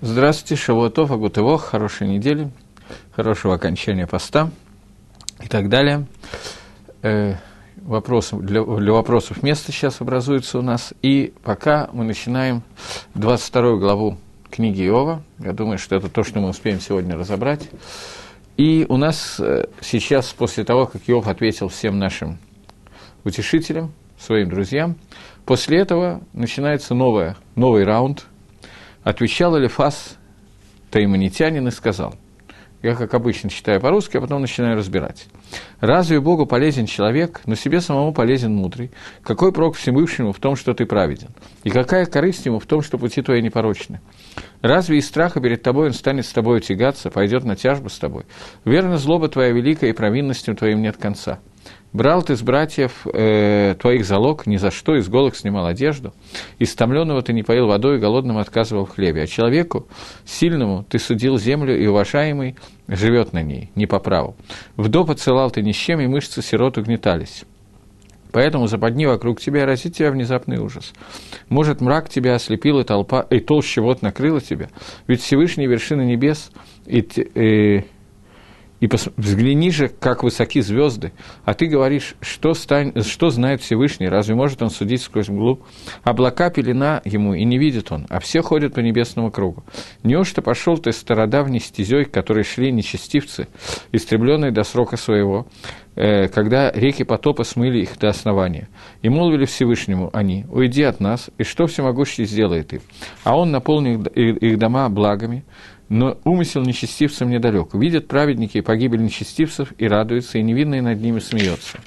Здравствуйте, Шавуатов, Агутывох, хорошей недели, хорошего окончания поста и так далее. Для вопросов место сейчас образуется у нас. И пока мы начинаем 22 главу книги Иова, я думаю, что это то, что мы успеем сегодня разобрать. И у нас сейчас, после того, как Иов ответил всем нашим утешителям, своим друзьям, после этого начинается новый раунд. Отвечал Элифаз, таимонитянин, и сказал, я, как обычно, читаю по-русски, а потом начинаю разбирать. «Разве Богу полезен человек, но себе самому полезен мудрый? Какой прок Всевышнему в том, что ты праведен? И какая корысть ему в том, что пути твои непорочны? Разве из страха перед тобой он станет с тобой тягаться, пойдет на тяжбу с тобой? Верно, злоба твоя великая, и провинностям твоим нет конца. Брал ты с братьев твоих залог, ни за что, из голых снимал одежду, истомленного ты не поил водой, голодному отказывал в хлебе, а человеку, сильному, ты судил землю, и уважаемый живет на ней, не по праву. Вдо поцелал ты ни с чем, и мышцы сирот угнетались. Поэтому западни вокруг тебя, разит тебя внезапный ужас. Может, мрак тебя ослепил, и толще вод накрыла тебя, ведь Всевышний вершины небес, и взгляни же, как высоки звезды, а ты говоришь, что знает Всевышний, разве может он судить сквозь мглу? Облака пелена ему, и не видит он, а все ходят по небесному кругу. Неужто пошел ты стародавней стезей, к которой шли нечестивцы, истребленные до срока своего, когда реки потопа смыли их до основания? И молвили Всевышнему они, уйди от нас, и что всемогущий сделает им? А он наполнил их дома благами, но умысел нечестивцам недалек. Видят праведники погибель нечестивцев и радуются, и невинные над ними смеются.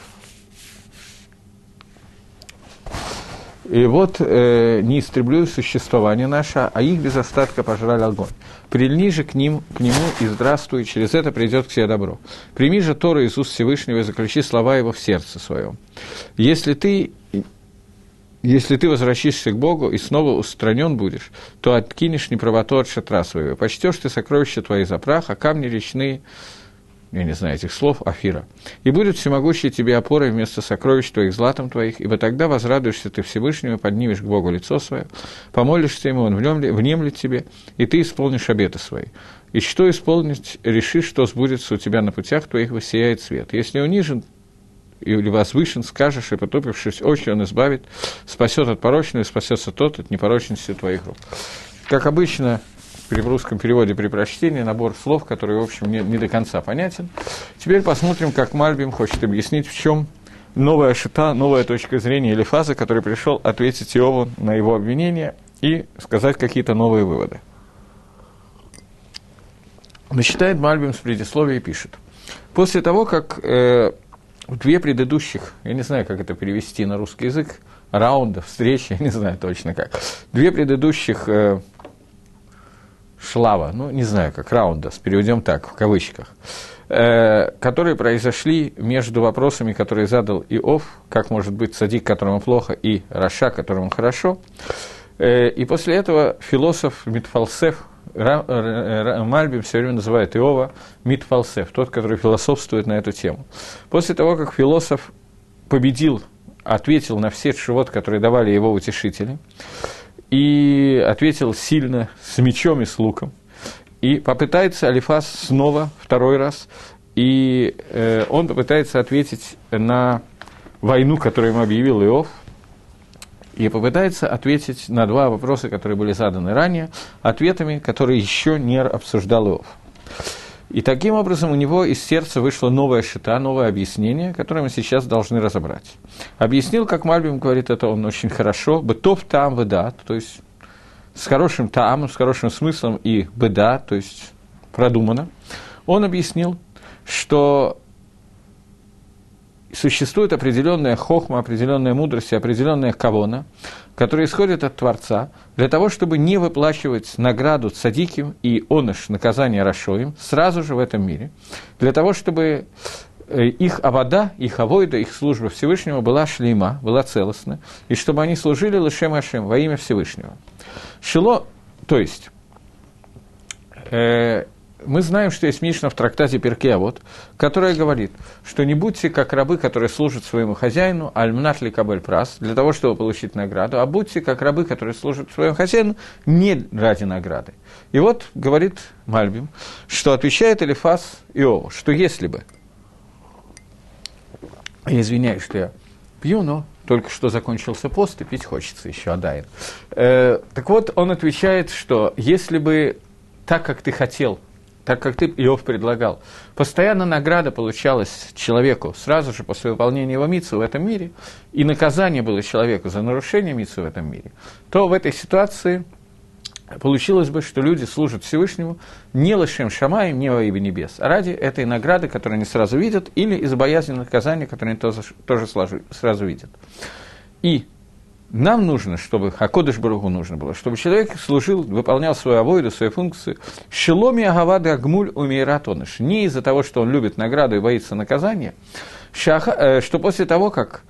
И вот не истреблю существование наше, а их без остатка пожрали огонь. Прильни же к нему и здравствуй, через это придет к тебе добро. Прими же Тору из уст Всевышнего и заключи слова его в сердце своем. Если ты возвратишься к Богу и снова устранен будешь, то откинешь неправоту от шатра своего. Почтешь ты сокровища твои за прах, а камни речные, я не знаю этих слов, Афира. И будет всемогущий тебе опорой вместо сокровищ твоих златом твоих, ибо тогда возрадуешься ты Всевышнему, поднимешь к Богу лицо свое, помолишься ему, он внемлет тебе, и ты исполнишь обеты свои. И что исполнить, решишь, что сбудется у тебя на путях твоих, воссияет свет. Если унижен или возвышен, скажешь, и потупившись очи, он избавит, спасет от порочного, и спасется тот от непорочности твоих рук. Как обычно, в русском переводе при прочтении набор слов, который, в общем, не до конца понятен. Теперь посмотрим, как Мальбим хочет объяснить, в чем новая шита, новая точка зрения Элифаза, который пришел ответить Иову на его обвинение и сказать какие-то новые выводы. Начитает Мальбим с предисловия и пишет. После того, как две предыдущих, я не знаю, как это перевести на русский язык, раунда, встречи, я не знаю точно как, две предыдущих шлава, не знаю как, раунда, переведем так, в кавычках, которые произошли между вопросами, которые задал Иов, как может быть цадик, которому плохо, и раша, которому хорошо. И после этого философ Митфалсеф, Мальбим все время называет Иова Митфалсеф, тот, который философствует на эту тему. После того, как философ победил, ответил на все тшувот, которые давали его утешители, и ответил сильно, с мечом и с луком, и попытается Элифаз снова, второй раз, и он попытается ответить на войну, которую ему объявил Иов, и попытается ответить на два вопроса, которые были заданы ранее, ответами, которые еще не обсуждал Иов. И таким образом у него из сердца вышла новая шита, новое объяснение, которое мы сейчас должны разобрать. Объяснил, как Мальбим говорит, это он очень хорошо, бетов таам ведат, то есть с хорошим таамом, с хорошим смыслом, и беда, то есть продуманно. Он объяснил, что существует определенная хохма, определенная мудрость, определенная кавона, которая исходит от Творца, для того, чтобы не выплачивать награду цадиким и оныш, наказание рашоим, сразу же в этом мире, для того, чтобы их авода, их авойда, их служба Всевышнего была шлейма, была целостна, и чтобы они служили лешем Ашем, во имя Всевышнего. Шило, то есть, мы знаем, что есть Мишна в трактате Перкей Авот, которая говорит, что не будьте как рабы, которые служат своему хозяину, аль-мнат ли кабель прас, для того, чтобы получить награду, а будьте как рабы, которые служат своему хозяину, не ради награды. И вот говорит Мальбим, что отвечает Элифаз Иову, что если бы, я извиняюсь, что я пью, но только что закончился пост, и пить хочется еще, адайн. Так вот, он отвечает, что если бы так, как ты хотел, так, как ты, Иов, предлагал, постоянно награда получалась человеку сразу же после выполнения его мицвы в этом мире, и наказание было человеку за нарушение мицвы в этом мире, то в этой ситуации получилось бы, что люди служат Всевышнему не лешем шамаим, не во имя небес, а ради этой награды, которую они сразу видят, или из боязни наказания, которое они тоже сразу видят. И нам нужно, чтобы, Акодыш Барух Ху нужно было, чтобы человек служил, выполнял свою авойду, свою функцию, шеломи агавады агмуль умейратоныш, не из-за того, что он любит награду и боится наказания, что после того, как...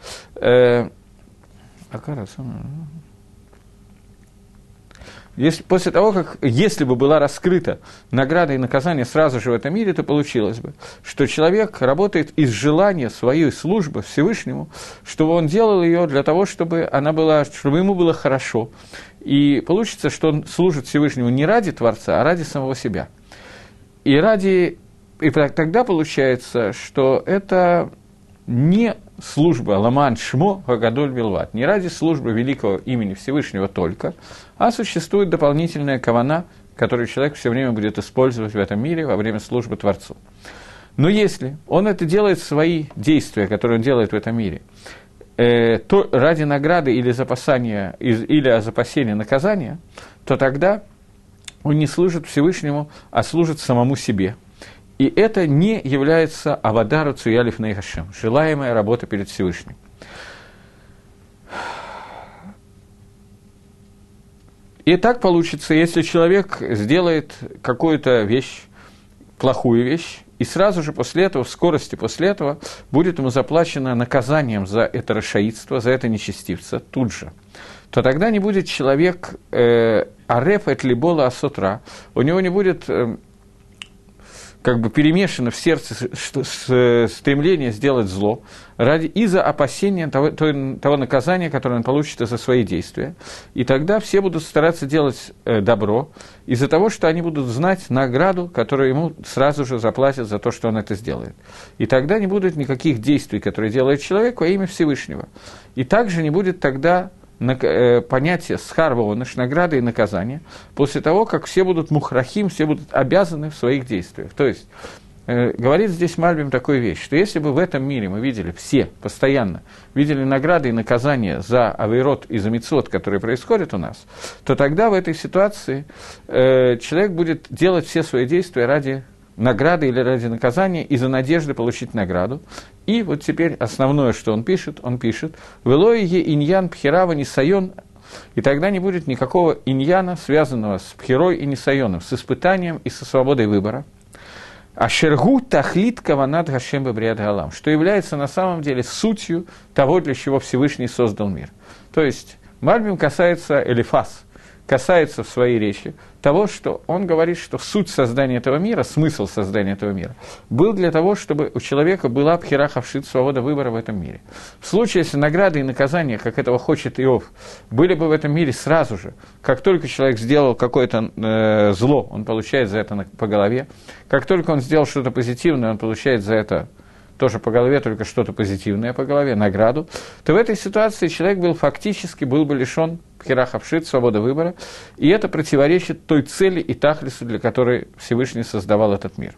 После того, как, если бы была раскрыта награда и наказание сразу же в этом мире, то получилось бы, что человек работает из желания своей службы Всевышнему, чтобы он делал ее для того, чтобы ему было хорошо. И получится, что он служит Всевышнему не ради Творца, а ради самого себя. И тогда получается, что это не служба Ламан Шмо Гагадоль Билват, не ради службы великого имени Всевышнего только, а существует дополнительная кавана, которую человек все время будет использовать в этом мире во время службы Творцу. Но если он это делает, свои действия, которые он делает в этом мире, то ради награды или запасания, или запасения наказания, то тогда он не служит Всевышнему, а служит самому себе. И это не является авадару цуялиф нейхашем, желаемая работа перед Всевышним. И так получится, если человек сделает какую-то вещь, плохую вещь, и сразу же после этого, в скорости после этого, будет ему заплачено наказанием за это рашаидство, за это нечестивство, тут же, то тогда не будет человек ареф эт либола асотра, у него не будет... перемешано в сердце стремление сделать зло из-за опасения того наказания, которое он получит за свои действия. И тогда все будут стараться делать добро из-за того, что они будут знать награду, которую ему сразу же заплатят за то, что он это сделает. И тогда не будет никаких действий, которые делает человек во имя Всевышнего. И также не будет тогда понятие схарвованыш, награды и наказания, после того, как все будут мухрахим, все будут обязаны в своих действиях. То есть, говорит здесь Мальбим такую вещь, что если бы в этом мире мы видели, все постоянно видели награды и наказания за авейрот и за мицвот, которые происходят у нас, то тогда в этой ситуации человек будет делать все свои действия ради награды или ради наказания из-за надежды получить награду. И вот теперь основное, что он пишет «Велое иньян пхирава нисайон», и тогда не будет никакого иньяна, связанного с пхирой и нисайоном, с испытанием и со свободой выбора. «Ашергу тахлит каванат гашем бебриат галам», что является на самом деле сутью того, для чего Всевышний создал мир. То есть Мальбим касается Элифаз, касается в своей речи того, что он говорит, что суть создания этого мира, смысл создания этого мира, был для того, чтобы у человека была пхира хавшит, свобода выбора в этом мире. В случае, если награды и наказания, как этого хочет Иов, были бы в этом мире сразу же, как только человек сделал какое-то зло, он получает за это по голове, как только он сделал что-то позитивное, он получает за это тоже по голове, только что-то позитивное по голове, награду, то в этой ситуации человек был бы лишен пхира хавшит, свобода выбора, и это противоречит той цели и тахлису, для которой Всевышний создавал этот мир.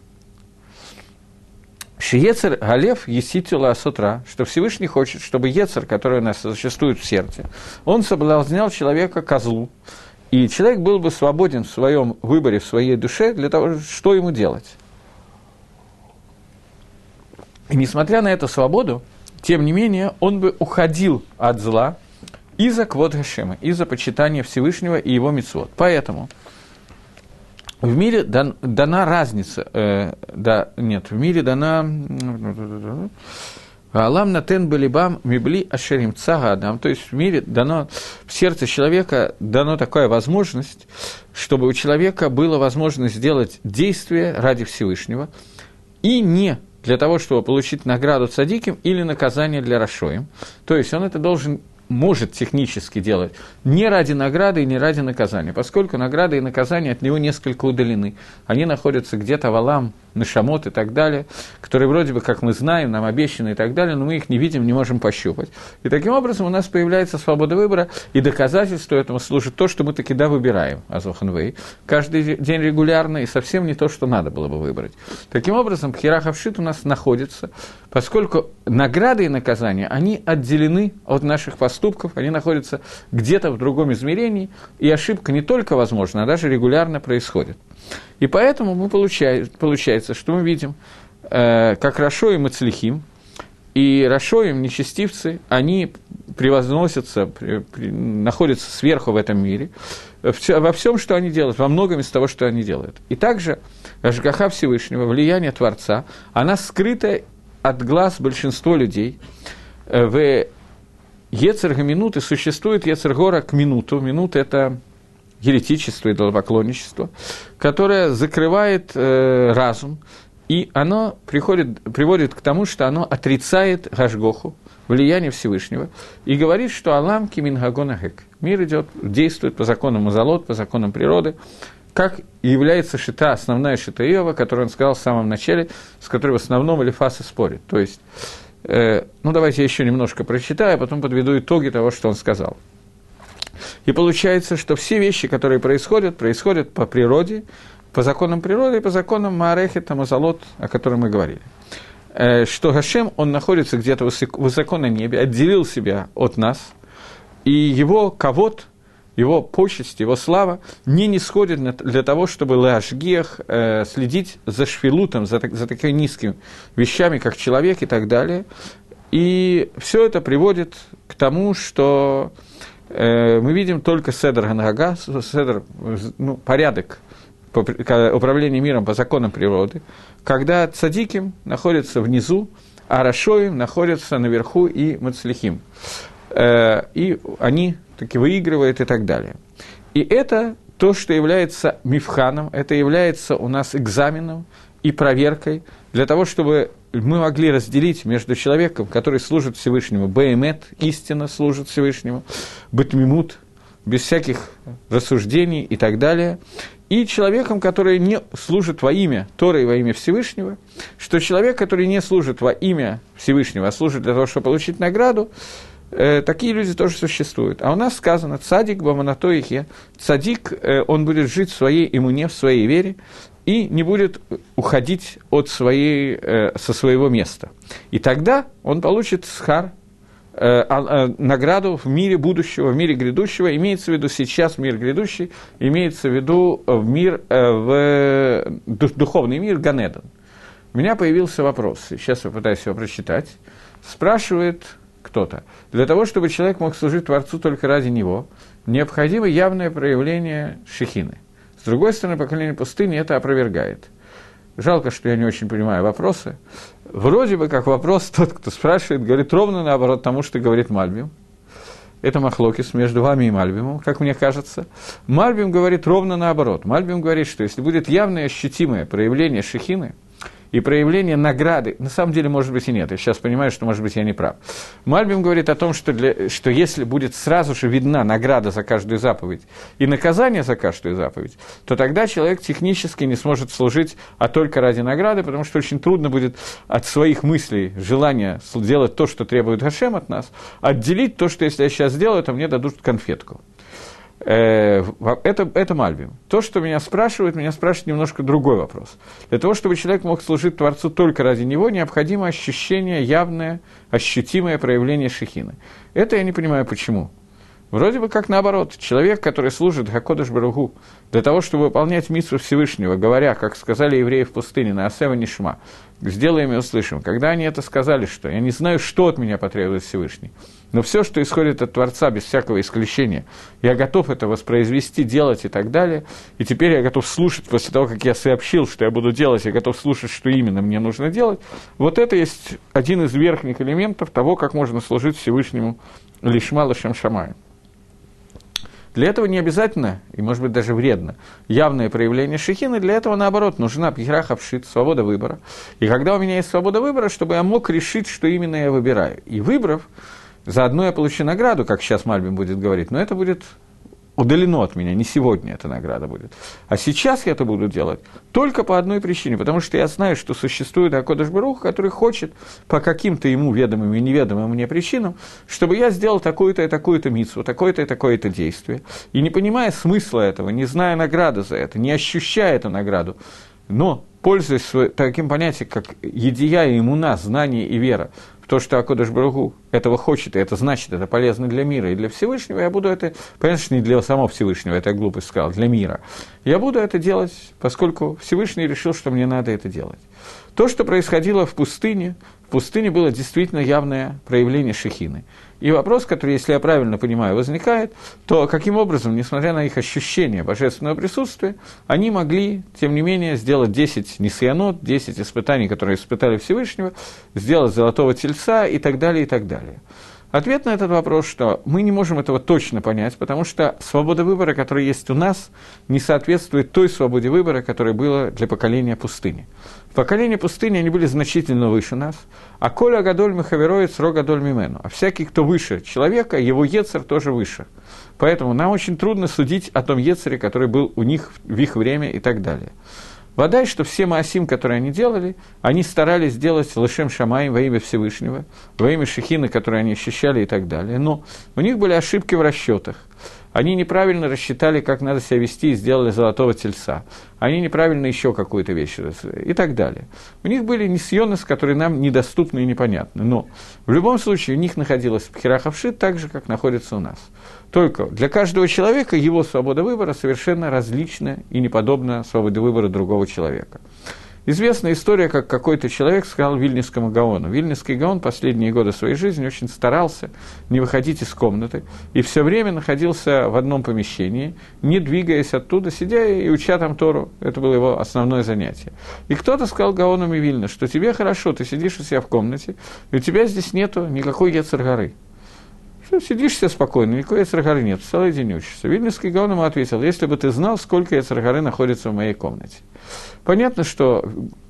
Шиецер галев еситюла асотра, что Всевышний хочет, чтобы ецер, который у нас существует в сердце, он соблазнял человека козлу, и человек был бы свободен в своем выборе, в своей душе, для того, что ему делать. И несмотря на эту свободу, тем не менее, он бы уходил от зла из-за квод Гашема, из-за почитания Всевышнего и его мицвот. Поэтому в мире дана разница, в мире дана Алам натен балибам мибли ашерим цагадам. То есть в мире дано, в сердце человека дано такая возможность, чтобы у человека была возможность сделать действие ради Всевышнего, и не для того, чтобы получить награду цадиким или наказание для рашоим. То есть он это может технически делать не ради награды и не ради наказания, поскольку награда и наказание от него несколько удалены. Они находятся где-то в Алам, Нешамот и так далее, которые вроде бы, как мы знаем, нам обещаны и так далее, но мы их не видим, не можем пощупать. И таким образом у нас появляется свобода выбора, и доказательство этому служит то, что мы таки выбираем Азоханвей каждый день регулярно, и совсем не то, что надо было бы выбрать. Таким образом, Бхира Хавшит у нас находится, поскольку награды и наказания, они отделены от наших поступков, они находятся где-то в другом измерении, и ошибка не только возможна, а даже регулярно происходит. И поэтому получается, что мы видим, как Рашоим и Мацлихим, и Рашоим, нечестивцы, они превозносятся, находятся сверху в этом мире, во всем, что они делают, во многом из того, что они делают. И также Ашгаха Всевышнего, влияние Творца, она скрыта от глаз большинства людей. В Ецер Гаминут и существует Ецер Гора к минуту. Минут – это еретичество, идолопоклонничество, которое закрывает разум, и оно приводит к тому, что оно отрицает Гашгоху, влияние Всевышнего, и говорит, что Алам кимин гагонахек. Мир действует по законам Мазалот, по законам природы, как является шита, основная шита Иова, которую он сказал в самом начале, с которой в основном Элифаз и спорит. То есть, давайте я еще немножко прочитаю, а потом подведу итоги того, что он сказал. И получается, что все вещи, которые происходят по природе, по законам природы и по законам Маарехета, Мазалот, о котором мы говорили. Что Гашем, он находится где-то высоко на небе, отделил себя от нас, и его кавод, его почесть, его слава не нисходит для того, чтобы лашгиях следить за швилутом, за такими низкими вещами, как человек и так далее. И все это приводит к тому, что мы видим только седр ганага, порядок управления миром по законам природы, когда цадиким находятся внизу, а рашоим находятся наверху и мацлихим. И они таки выигрывают и так далее. И это то, что является мифханом, это является у нас экзаменом и проверкой для того, чтобы мы могли разделить между человеком, который служит Всевышнему, беэмет, истинно служит Всевышнему, бетмимут, без всяких рассуждений и так далее, и человеком, который не служит во имя Торы и во имя Всевышнего, что человек, который не служит во имя Всевышнего, а служит для того, чтобы получить награду, такие люди тоже существуют. А у нас сказано «цадик баманато ихе», цадик, он будет жить в своей иммуне, в своей вере, и не будет уходить со своего места. И тогда он получит схар, награду в мире будущего, в мире грядущего, имеется в виду сейчас мир грядущий, имеется в виду духовный мир Ганедон. У меня появился вопрос, сейчас я пытаюсь его прочитать. Спрашивает кто-то, для того, чтобы человек мог служить Творцу только ради него, необходимо явное проявление шехины. С другой стороны, поколение пустыни это опровергает. Жалко, что я не очень понимаю вопросы. Вроде бы как вопрос тот, кто спрашивает, говорит ровно наоборот тому, что говорит Мальбим. Это махлокис между вами и Мальбимом, как мне кажется. Мальбим говорит ровно наоборот. Мальбим говорит, что если будет явное ощутимое проявление шехины и проявление награды, на самом деле, может быть, и нет, я сейчас понимаю, что, может быть, я не прав. Мальбим говорит о том, что если будет сразу же видна награда за каждую заповедь и наказание за каждую заповедь, то тогда человек технически не сможет служить, а только ради награды, потому что очень трудно будет от своих мыслей, желания сделать то, что требует Гашем от нас, отделить то, что если я сейчас сделаю, то мне дадут конфетку. Это Мальбим. То, что меня спрашивает немножко другой вопрос. Для того, чтобы человек мог служить Творцу только ради него, необходимо ощущение, явное, ощутимое проявление шехины. Это я не понимаю, почему. Вроде бы как наоборот. Человек, который служит Гакодеш Барух Ху для того, чтобы выполнять мицву Всевышнего, говоря, как сказали евреи в пустыне, на Асева Нишма, сделаем и услышим. Когда они это сказали, что я не знаю, что от меня потребует Всевышний, но все, что исходит от Творца, без всякого исключения, я готов это воспроизвести, делать и так далее, и теперь я готов слушать, после того, как я сообщил, что я буду делать, я готов слушать, что именно мне нужно делать, вот это есть один из верхних элементов того, как можно служить Всевышнему лишма лашем шамаем. Для этого не обязательно, и, может быть, даже вредно, явное проявление шехины, для этого, наоборот, нужна бхира хавшит, свобода выбора. И когда у меня есть свобода выбора, чтобы я мог решить, что именно я выбираю. И выбрав, заодно я получу награду, как сейчас Мальбим будет говорить, но это будет удалено от меня, не сегодня эта награда будет. А сейчас я это буду делать только по одной причине, потому что я знаю, что существует Акодеш Барух Ху, который хочет по каким-то ему ведомым и неведомым мне причинам, чтобы я сделал такую-то и такую-то мицву, такое-то и такое-то действие. И не понимая смысла этого, не зная награды за это, не ощущая эту награду, но пользуясь таким понятием, как едия и иммуна, знание и вера, в то, что Акодеш Барух Ху этого хочет, и это значит, это полезно для мира и для Всевышнего, я буду это, понятно, что не для самого Всевышнего, это я глупость сказал, для мира. Я буду это делать, поскольку Всевышний решил, что мне надо это делать. То, что происходило в пустыне было действительно явное проявление шехины. И вопрос, который, если я правильно понимаю, возникает, то каким образом, несмотря на их ощущение божественного присутствия, они могли, тем не менее, сделать 10 нисьянот, 10 испытаний, которые испытали Всевышнего, сделать золотого тельца и так далее, и так далее. Ответ на этот вопрос, что мы не можем этого точно понять, потому что свобода выбора, которая есть у нас, не соответствует той свободе выбора, которая была для поколения пустыни. В поколении пустыни они были значительно выше нас, а «Коля гадоль мехавероец ро гадоль мимену», а всякий, кто выше человека, его ецер тоже выше. Поэтому нам очень трудно судить о том ецере, который был у них в их время и так далее. Вода, что все маасим, которые они делали, они старались делать лешем шамаим во имя Всевышнего, во имя шехины, которые они ощущали и так далее. Но у них были ошибки в расчетах. Они неправильно рассчитали, как надо себя вести, и сделали золотого тельца. Они неправильно еще какую-то вещь и так далее. У них были нисьонес, которые нам недоступны и непонятны. Но в любом случае у них находилась бхира хавшит так же, как находится у нас. Только для каждого человека его свобода выбора совершенно различна и не подобна свободе выбора другого человека. Известная история, как какой-то человек сказал Вильнюсскому Гаону. Вильнюсский Гаон последние годы своей жизни очень старался не выходить из комнаты и все время находился в одном помещении, не двигаясь оттуда, сидя и уча там Тору. Это было его основное занятие. И кто-то сказал Гаону Мивильна, что тебе хорошо, ты сидишь у себя в комнате, и у тебя здесь нету никакой Йецер гары. Что, сидишь себе спокойно, никакой Йецер гары нет, целый день учишься. Вильнюсский Гаон ему ответил, если бы ты знал, сколько Йецер гары находится в моей комнате. Понятно, что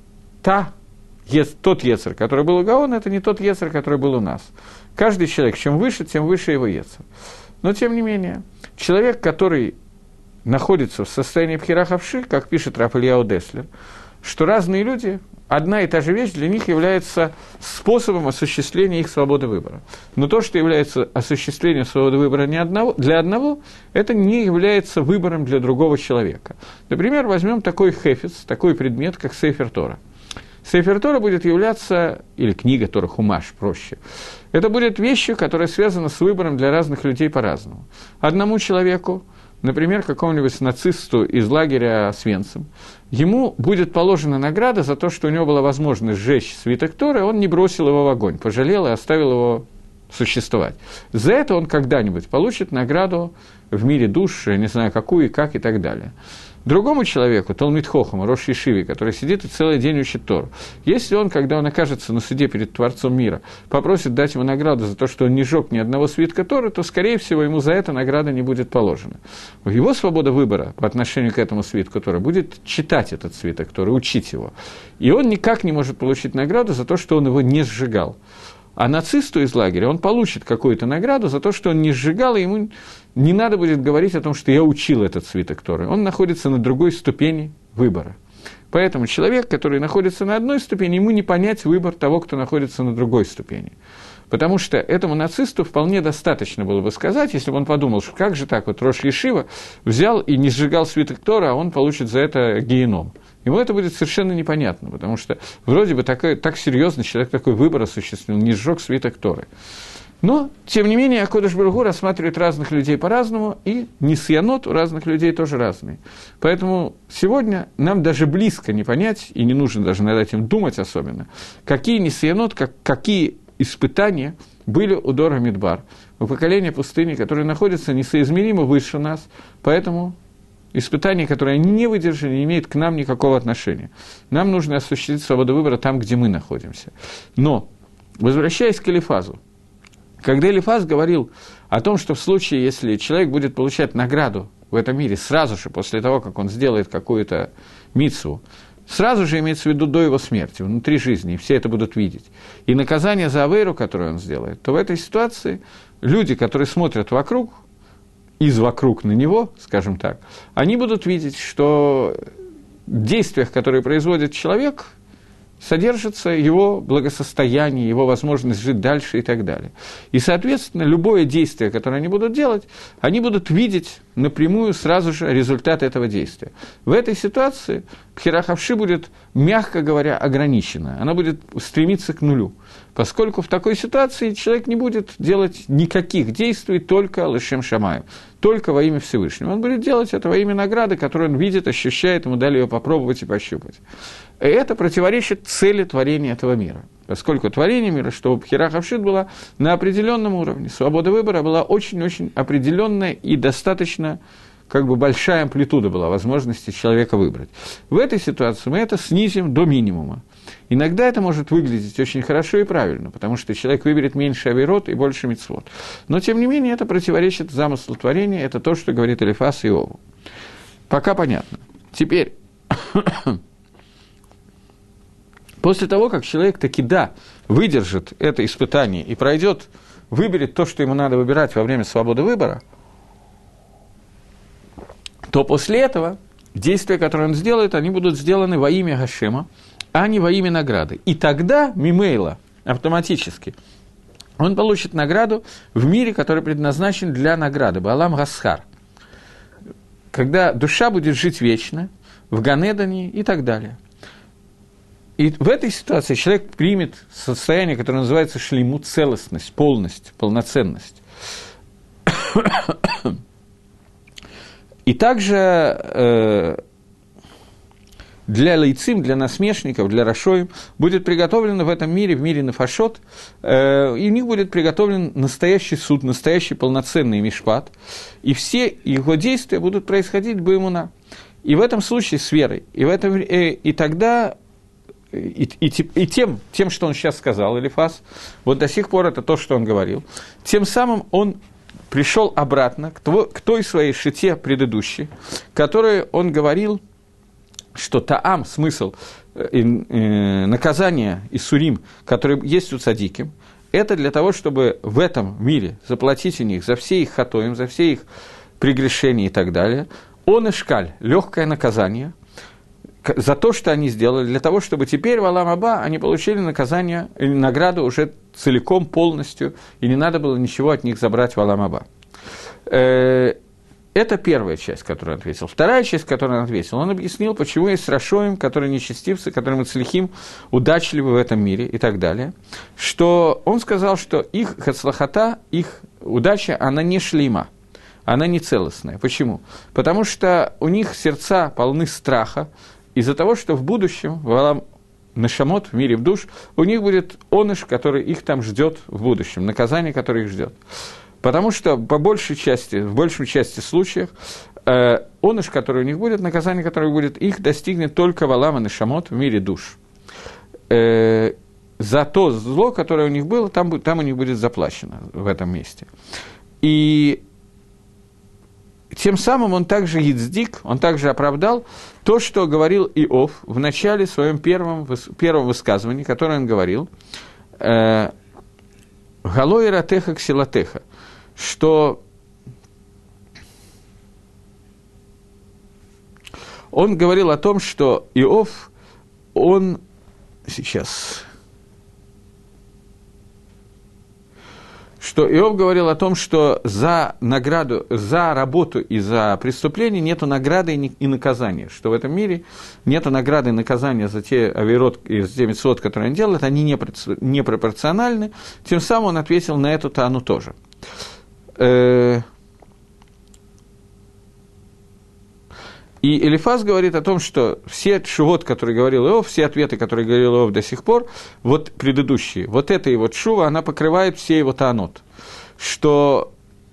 тот Йецер, который был у Гаона, это не тот Йецер, который был у нас. Каждый человек, чем выше, тем выше его Йецер. Но, тем не менее, человек, который находится в состоянии бхира хавши, как пишет Рав Ильяу Деслер, что разные люди, одна и та же вещь для них является способом осуществления их свободы выбора. Но то, что является осуществлением свободы выбора для одного, это не является выбором для другого человека. Например, возьмем такой хефец, такой предмет, как Сейфер Тора. Сейфер Тора будет являться, или книга Тора, Хумаш, проще, это будет вещью, которая связана с выбором для разных людей по-разному. Одному человеку, например, какому-нибудь нацисту из лагеря Освенцим, ему будет положена награда за то, что у него была возможность сжечь свиток Торы, он не бросил его в огонь, пожалел и оставил его существовать. За это он когда-нибудь получит награду в мире душ, я не знаю какую и как и так далее. Другому человеку, Талмид Хохаму, Рош Ешиве, который сидит и целый день учит Тору, если он, когда он окажется на суде перед Творцом мира, попросит дать ему награду за то, что он не сжег ни одного свитка Торы, то, скорее всего, ему за это награда не будет положена. Его свобода выбора по отношению к этому свитку Торы будет читать этот свиток Торы, учить его. И он никак не может получить награду за то, что он его не сжигал. А нацисту из лагеря он получит какую-то награду за то, что он не сжигал, и ему не надо будет говорить о том, что я учил этот свиток Торы. Он находится на другой ступени выбора. Поэтому человек, который находится на одной ступени, ему не понять выбор того, кто находится на другой ступени. Потому что этому нацисту вполне достаточно было бы сказать, если бы он подумал, что как же так, вот Рош Ешива взял и не сжигал свиток Торы, а он получит за это геном. Ему это будет совершенно непонятно, потому что вроде бы так серьезно человек такой выбор осуществил, не сжег свиток Торы. Но, тем не менее, Акодыш Барух Ху рассматривает разных людей по-разному, и нисьянот у разных людей тоже разные. Поэтому сегодня нам даже близко не понять, и не нужно даже над этим думать особенно, какие нисьянот, какие испытания были у Дора Мидбар, у поколения пустыни, которые находятся несоизмеримо выше нас, поэтому испытания, которые они не выдержали, не имеют к нам никакого отношения. Нам нужно осуществить свободу выбора там, где мы находимся. Но, возвращаясь к Элифазу, когда Элифаз говорил о том, что в случае, если человек будет получать награду в этом мире сразу же, после того, как он сделает какую-то мицву, сразу же имеется в виду до его смерти, внутри жизни, и все это будут видеть, и наказание за авейру, которую он сделает, то в этой ситуации люди, которые смотрят вокруг на него, скажем так, они будут видеть, что в действиях, которые производит человек, содержится его благосостояние, его возможность жить дальше и так далее. И, соответственно, любое действие, которое они будут делать, они будут видеть напрямую сразу же результат этого действия. В этой ситуации Бхира Хавши будет, мягко говоря, ограничена. Она будет стремиться к нулю, поскольку в такой ситуации человек не будет делать никаких действий, только лешем шамаем, только во имя Всевышнего. Он будет делать это во имя награды, которую он видит, ощущает, ему дали ее попробовать и пощупать. И это противоречит цели творения этого мира. Поскольку творение мира, чтобы Бхира Хавшит была на определенном уровне, свобода выбора была очень-очень определенная и достаточно большая амплитуда была возможности человека выбрать. В этой ситуации мы это снизим до минимума. Иногда это может выглядеть очень хорошо и правильно, потому что человек выберет меньше авейрот и больше мицвот. Но, тем не менее, это противоречит замыслу творения, это то, что говорит Элифаз и Иову. Пока понятно. Теперь, после того, как человек таки выдержит это испытание и пройдет, выберет то, что ему надо выбирать во время свободы выбора, то после этого действия, которые он сделает, они будут сделаны во имя Гашема, а не во имя награды. И тогда мимейла автоматически он получит награду в мире, который предназначен для награды, Баалам Гасхар, когда душа будет жить вечно, в Ганедане и так далее. И в этой ситуации человек примет состояние, которое называется шлеймут, целостность, полность, полноценность. И также для лейцим, для насмешников, для рашоим будет приготовлено в этом мире, в мире нафашот, и у них будет приготовлен настоящий суд, настоящий полноценный мишпат, и все его действия будут происходить баэмуна. И в этом случае с верой. И тогда... И тем, что он сейчас сказал, Элифаз, вот до сих пор это то, что он говорил, тем самым он пришел обратно к той своей шите предыдущей, которой он говорил, что таам, смысл наказания Исурим, который есть у цадиким, это для того, чтобы в этом мире заплатить у них за все их хатоим, за все их прегрешения и так далее, он эшкаль, легкое наказание, за то, что они сделали, для того, чтобы теперь в Алам Аба они получили наказание, награду уже целиком, полностью, и не надо было ничего от них забрать в Алам Аба. Это первая часть, которую он ответил. Вторая часть, которую он ответил, он объяснил, почему есть рашоим, которые нечестивцы, которые мацлихим, удачливы в этом мире и так далее. Что он сказал, что их хацлахата, их удача, она не шлейма, она не целостная. Почему? Потому что у них сердца полны страха, из-за того, что в будущем, в Алам Нашамот, в мире в душ, у них будет оныш, который их там ждет в будущем, наказание, которое их ждет. Потому что в большей части случаев оныш, который у них будет, наказание, которое будет, их достигнет только в Алам Нашамот, в мире душ. За то зло, которое у них было, там у них будет заплачено в этом месте. И тем самым он также Ицдик, он также оправдал то, что говорил Иов в начале своем первом высказывании, которое он говорил, «Галой ратеха ксилатеха», что он говорил о том, что Иов, он что Иов говорил о том, что за награду, за работу и за преступление нету награды и наказания, что в этом мире нету награды и наказания за те авейрот и за те мицвот, которые он делает, они непропорциональны. Тем самым он ответил на эту таану тоже. И Элифаз говорит о том, что все тшувот, которые говорил Иов, все ответы, которые говорил Иов до сих пор, вот предыдущие, вот эта его тшува, она покрывает все его таанот, что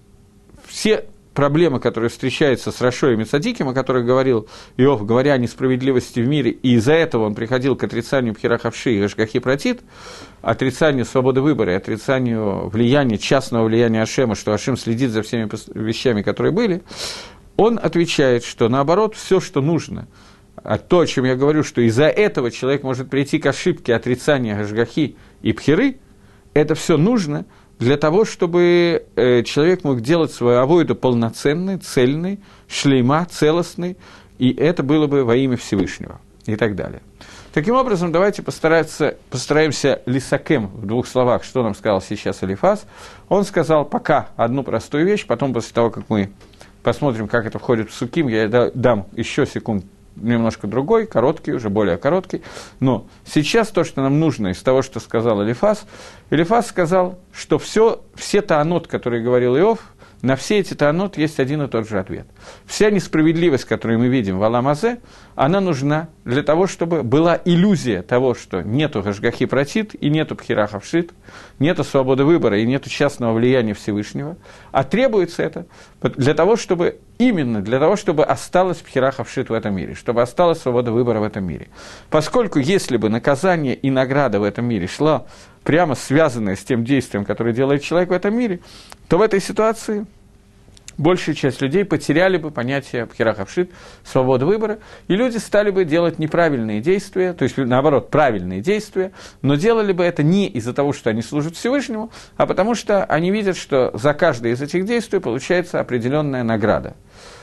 все проблемы, которые встречаются с Рашоем и Цадиким, о которых говорил Иов, говоря о несправедливости в мире, и из-за этого он приходил к отрицанию Пхирахавши и Гашгахи Пратит, отрицанию свободы выбора и отрицанию влияния, частного влияния Ашема, что Ашем следит за всеми вещами, которые были, он отвечает, что наоборот, все, что нужно, а то, о чем я говорю, что из-за этого человек может прийти к ошибке отрицания Гашгахи и Пхиры, это все нужно для того, чтобы человек мог делать свою авойду полноценной, цельной, шлейма, целостной, и это было бы во имя Всевышнего, и так далее. Таким образом, давайте постараемся лисакем в двух словах, что нам сказал сейчас Элифаз. Он сказал пока одну простую вещь, потом после того, как мы посмотрим, как это входит в суким, я дам еще секунд немножко другой, короткий, уже более короткий. Но сейчас то, что нам нужно из того, что сказал Элифаз, Элифаз сказал, что все таанот, которые говорил Иов, на все эти таанот есть один и тот же ответ. Вся несправедливость, которую мы видим в Алам Азе, она нужна для того, чтобы была иллюзия того, что нету Гашгахи Пратит и нету Пхира Хавшит, нету свободы выбора и нету частного влияния Всевышнего, а требуется это для того, чтобы именно для того, чтобы осталась Пхира Хавшит в этом мире, чтобы осталась свобода выбора в этом мире. Поскольку если бы наказание и награда в этом мире шла прямо связанная с тем действием, которое делает человек в этом мире, то в этой ситуации большая часть людей потеряли бы понятие Пхира Хавшит, свободы выбора, и люди стали бы делать неправильные действия, то есть, наоборот, правильные действия, но делали бы это не из-за того, что они служат Всевышнему, а потому что они видят, что за каждое из этих действий получается определенная награда.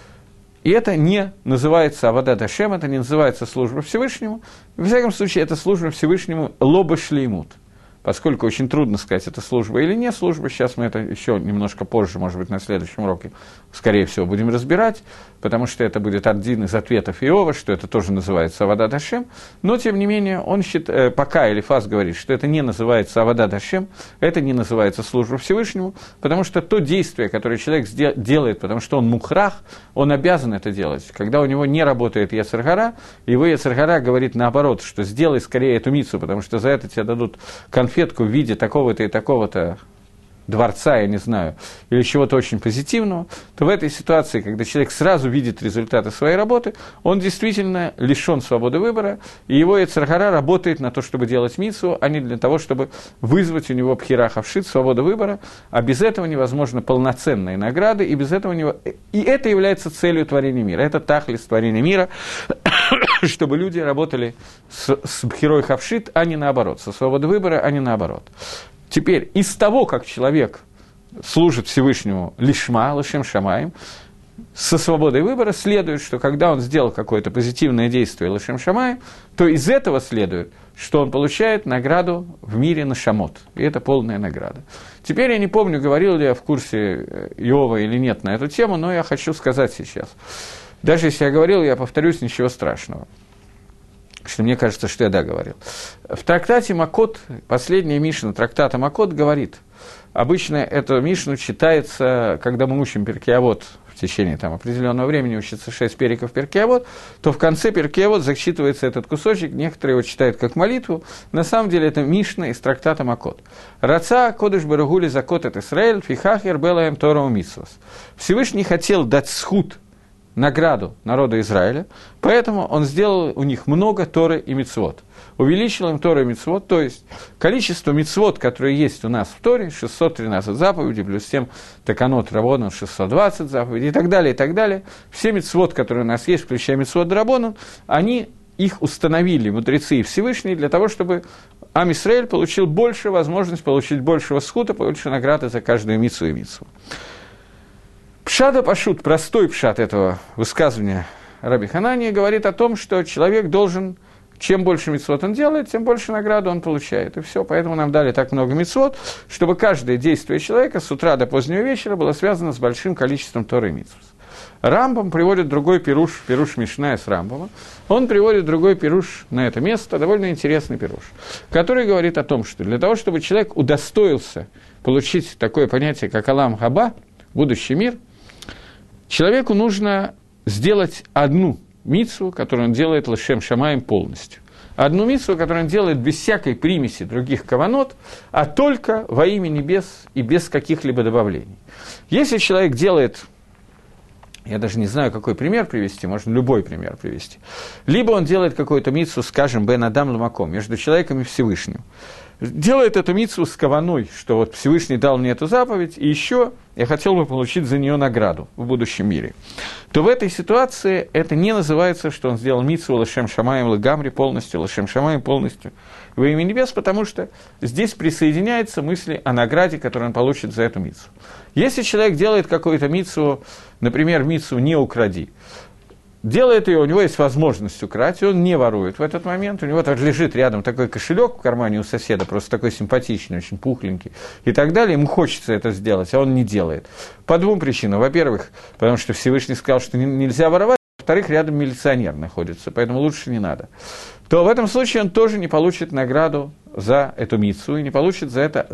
И это не называется авадат Ашем, это не называется служба Всевышнему, во всяком случае, это служба Всевышнему лоба шлеймут. Поскольку очень трудно сказать, это служба или не служба, сейчас мы это еще немножко позже, может быть, на следующем уроке, скорее всего, будем разбирать, потому что это будет один из ответов Иова, что это тоже называется авадат Ашем, но, тем не менее, он считает, пока Элифаз говорит, что это не называется авадат Ашем, это не называется служба Всевышнему, потому что то действие, которое человек делает, потому что он мухрах, он обязан это делать. Когда у него не работает Йецер гара, его Йецер гара говорит наоборот, что сделай скорее эту мицву, потому что за это тебе дадут конфетку в виде такого-то и такого-то дворца, я не знаю, или чего-то очень позитивного, то в этой ситуации, когда человек сразу видит результаты своей работы, он действительно лишен свободы выбора, и его Йецер гара работает на то, чтобы делать мицву, а не для того, чтобы вызвать у него Пхира Хавшит, свободу выбора, а без этого невозможно полноценные награды, и без этого и это является целью творения мира, это тахлис творения мира, чтобы люди работали с Пхирой Хавшит, а не наоборот, со свободой выбора, а не наоборот. Теперь, из того, как человек служит Всевышнему лишма, лишем шамаем, со свободой выбора следует, что когда он сделал какое-то позитивное действие лишем шамаем, то из этого следует, что он получает награду в мире нашамот. И это полная награда. Теперь я не помню, говорил ли я в курсе Иова или нет на эту тему, но я хочу сказать сейчас. Даже если я говорил, я повторюсь, ничего страшного. Что мне кажется, что я говорил. В трактате Макот, последняя Мишна трактата Макот говорит, обычно эту Мишну читается, когда мы учим Перкей Авот, в течение определенного времени учится 6 периков Перкей Авот, то в конце Перкей Авот зачитывается этот кусочек, некоторые его читают как молитву, на самом деле это Мишна из трактата Макот. «Раца кодыш барагули закот эт Исраэль, фихахер белаем Тору митсвос». Всевышний хотел дать схуд, награду народу Израиля, поэтому он сделал у них много Торы и мицвот. Увеличил им Тору и мицвот, то есть количество мицвот, которые есть у нас в Торе, 613 заповедей, плюс 7 таканот рабонан, 620 заповедей и так далее, и так далее. Все мицвот, которые у нас есть, включая мицвот рабонан, они их установили, мудрецы и Всевышние, для того, чтобы Ам Исраэль получил больше возможность получить большего схута, больше награды за каждую мицву и мицву. Пшата пашут, простой пшат этого высказывания Раби Ханании говорит о том, что человек должен Чем больше мицвот он делает, тем больше награду он получает. И все, поэтому нам дали так много мицвот, чтобы каждое действие человека с утра до позднего вечера было связано с большим количеством Торы и мицвот. Рамбам приводит другой пируш Мишная с Рамбама. Он приводит другой пируш на это место, довольно интересный пируш, который говорит о том, что для того, чтобы человек удостоился получить такое понятие, как Алам Хаба, будущий мир, человеку нужно сделать одну мицву, которую он делает лешем шамаим полностью. Одну мицву, которую он делает без всякой примеси других каванот, а только во имя небес и без каких-либо добавлений. Если человек делает... Я даже не знаю, какой пример привести, можно любой пример привести. Либо он делает какую-то мицву, скажем, бен адам ламаком, между человеком и Всевышним. Делает эту мицву с каваной, что вот Всевышний дал мне эту заповедь, и еще я хотел бы получить за нее награду в будущем мире. То в этой ситуации это не называется, что он сделал мицву лешем шамаем лагамри полностью, лешем шамаем полностью во имя небес, потому что здесь присоединяются мысли о награде, которую он получит за эту мицву. Если человек делает какую-то мицву, например, мицву «не укради», делает ее, у него есть возможность украсть, и он не ворует в этот момент, у него так лежит рядом такой кошелек в кармане у соседа, просто такой симпатичный, очень пухленький, и так далее, ему хочется это сделать, а он не делает. По двум причинам. Во-первых, потому что Всевышний сказал, что нельзя воровать, во-вторых, рядом милиционер находится, поэтому лучше не надо. То в этом случае он тоже не получит награду за эту мицву, и не получит за это,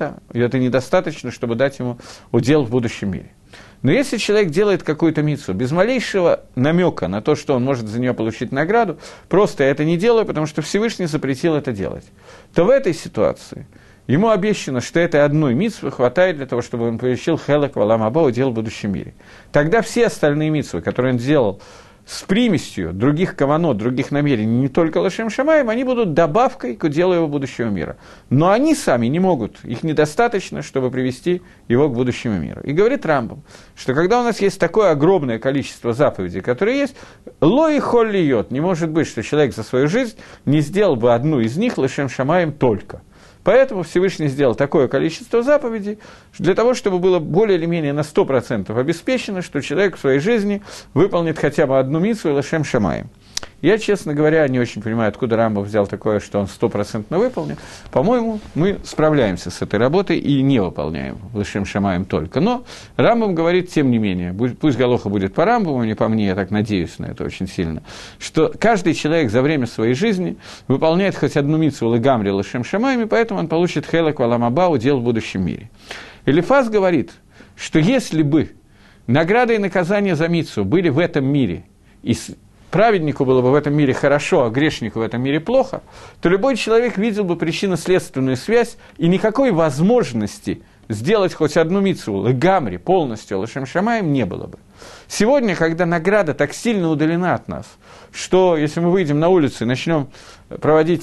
и это недостаточно, чтобы дать ему удел в будущем мире. Но если человек делает какую-то мицву без малейшего намека на то, что он может за нее получить награду, просто я это не делаю, потому что Всевышний запретил это делать, то в этой ситуации ему обещано, что этой одной мицвы хватает для того, чтобы он получил хелек валам аба, удел в будущем мире. Тогда все остальные мицвы, которые он делал с примесью других каванот, других намерений, не только лешем шамаем, они будут добавкой к уделу его будущего мира. Но они сами не могут, их недостаточно, чтобы привести его к будущему миру. И говорит Рамбам, что когда у нас есть такое огромное количество заповедей, которые есть, ло и холь льет, не может быть, что человек за свою жизнь не сделал бы одну из них лешем шамаем только. Поэтому Всевышний сделал такое количество заповедей для того, чтобы было более или менее на 100% обеспечено, что человек в своей жизни выполнит хотя бы одну мицву лешем шамаем. Я, честно говоря, не очень понимаю, откуда Рамбам взял такое, что он 100% выполнил. По-моему, мы справляемся с этой работой и не выполняем лешем шамаем только. Но Рамбам говорит, тем не менее, пусть галоха будет по Рамбаму, не по мне, я так надеюсь на это очень сильно, что каждый человек за время своей жизни выполняет хоть одну мицву легамри лешем шамаем, и поэтому он получит хелек валам аба, удел в будущем мире. Элифаз говорит, что если бы награда и наказание за мицву были в этом мире, и праведнику было бы в этом мире хорошо, а грешнику в этом мире плохо, то любой человек видел бы причинно-следственную связь, и никакой возможности сделать хоть одну мицву легамри полностью лешем шамаем не было бы. Сегодня, когда награда так сильно удалена от нас, что если мы выйдем на улицу и начнем проводить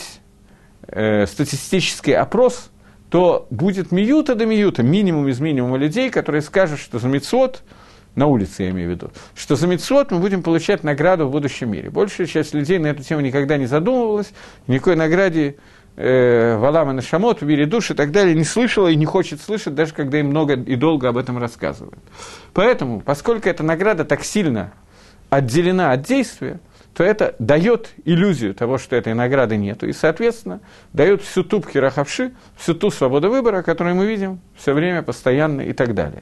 статистический опрос, то будет миюта до миюта, минимум из минимума людей, которые скажут, что за мицвот, на улице я имею в виду, что за мицвот мы будем получать награду в будущем мире. Большая часть людей на эту тему никогда не задумывалась, никакой награде валам и нашамот, в мире душ и так далее не слышала и не хочет слышать, даже когда им много и долго об этом рассказывают. Поэтому, поскольку эта награда так сильно отделена от действия, то это дает иллюзию того, что этой награды нет, и, соответственно, дает всю ту пхирахавши, всю ту свободу выбора, которую мы видим все время, постоянно и так далее.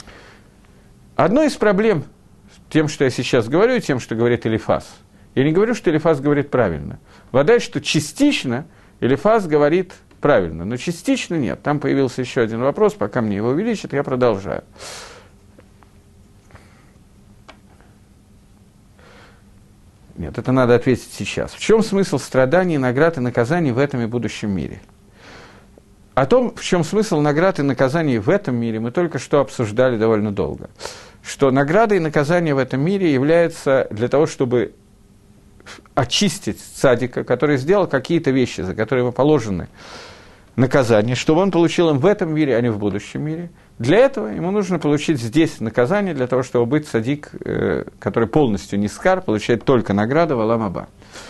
Одной из проблем тем, что я сейчас говорю, и тем, что говорит Элифаз, я не говорю, что Элифаз говорит правильно. Вода, что частично Элифаз говорит правильно, но частично нет. Там появился еще один вопрос, пока мне его увеличат, я продолжаю. Нет, это надо ответить сейчас. В чем смысл страданий, наград и наказаний в этом и будущем мире? О том, в чем смысл наград и наказаний в этом мире, мы только что обсуждали довольно долго. Что награда и наказание в этом мире являются для того, чтобы очистить цадика, который сделал какие-то вещи, за которые ему положены наказания, чтобы он получил им в этом мире, а не в будущем мире. Для этого ему нужно получить здесь наказание, для того, чтобы быть цадик, который полностью нискар, получает только награду в Алам Аба.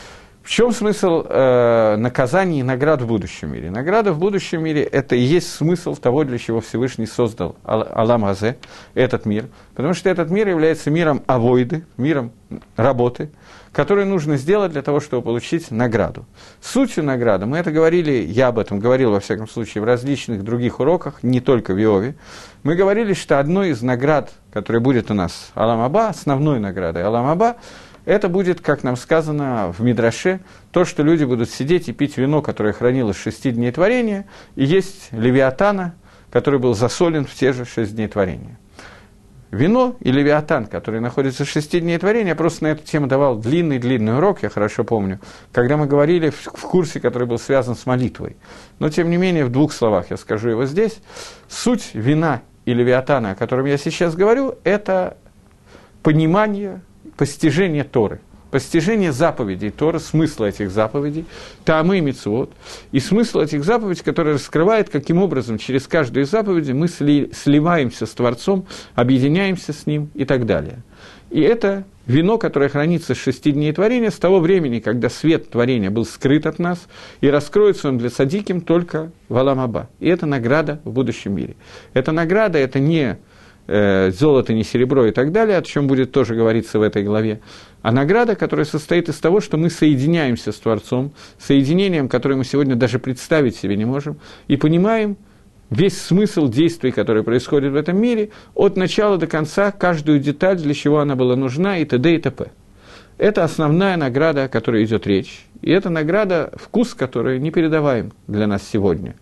В чем смысл наказаний и наград в будущем мире? Награда в будущем мире – это и есть смысл того, для чего Всевышний создал Алам Азе, этот мир. Потому что этот мир является миром авойды, миром работы, который нужно сделать для того, чтобы получить награду. Сутью награды, мы это говорили, я об этом говорил, во всяком случае, в различных других уроках, не только в Иове, мы говорили, что одной из наград, которая будет у нас Алам Аба, основной наградой Алам Аба, это будет, как нам сказано в Мидраше, то, что люди будут сидеть и пить вино, которое хранилось 6 дней творения, и есть Левиатана, который был засолен в те же 6 дней творения. Вино и Левиатан, который находится в 6 дней творения, я просто на эту тему давал длинный урок, я хорошо помню, когда мы говорили в курсе, который был связан с молитвой. Но, тем не менее, в 2 словах я скажу его здесь. Суть вина и Левиатана, о котором я сейчас говорю, это понимание, постижение Торы, постижение заповедей Торы, смысла этих заповедей, таамы и мицвот, и смысл этих заповедей, который раскрывает, каким образом через каждую из заповедей мы сливаемся с Творцом, объединяемся с Ним и так далее. И это вино, которое хранится с 6 дней творения, с того времени, когда свет творения был скрыт от нас, и раскроется он для садиким только в Алам Аба. И это награда в будущем мире. Эта награда – это не золото, не серебро и так далее, о чем будет тоже говориться в этой главе, а награда, которая состоит из того, что мы соединяемся с Творцом, соединением, которое мы сегодня даже представить себе не можем, и понимаем весь смысл действий, которые происходят в этом мире, от начала до конца, каждую деталь, для чего она была нужна, и т.д. и т.п. Это основная награда, о которой идет речь, и это награда, вкус которой непередаваем для нас сегодня.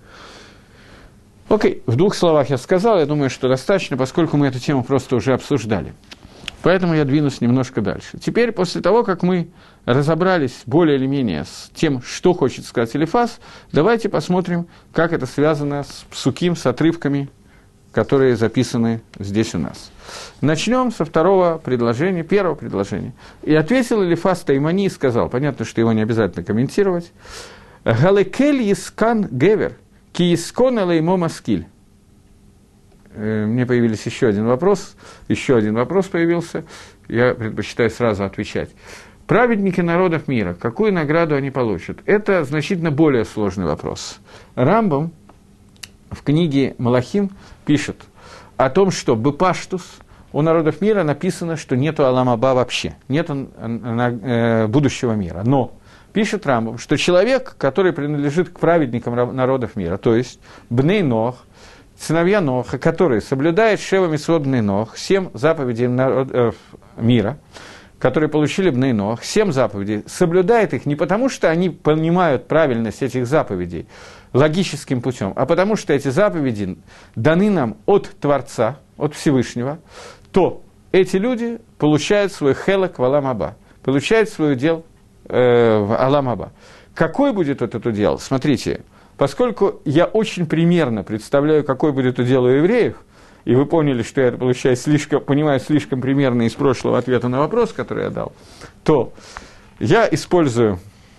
Окей, в 2 словах я сказал, я думаю, что достаточно, поскольку мы эту тему просто уже обсуждали. Поэтому я двинусь немножко дальше. Теперь, после того, как мы разобрались более или менее с тем, что хочет сказать Элифаз, давайте посмотрим, как это связано с псуким, с отрывками, которые записаны здесь у нас. Начнем со первого предложения. «И ответил Элифаз Таймани и сказал», понятно, что его не обязательно комментировать, «Галекель искан гевер, ки искон элеймо маскиль». Мне появился еще один вопрос появился, я предпочитаю сразу отвечать. Праведники народов мира, какую награду они получат? Это значительно более сложный вопрос. Рамбам в книге Малахим пишет о том, что бепаштус у народов мира написано, что нету Алам Аба вообще, нету будущего мира. Но пишет Рамбам, что человек, который принадлежит к праведникам народов мира, то есть Бней Нох, сыновья Ноха, которые соблюдают Шева Мицвот Бней Нох, 7 заповедей мира, которые получили Бней Нох, 7 заповедей, соблюдает их не потому, что они понимают правильность этих заповедей логическим путем, а потому что эти заповеди даны нам от Творца, от Всевышнего, то эти люди получают свой хелек в Алам Аба, получают свой удел в Алам Аба. Какой будет этот удел? Смотрите, поскольку я очень примерно представляю, какой будет удел у евреев, и вы поняли, что я это понимаю слишком примерно из прошлого ответа на вопрос, который я дал, то я использую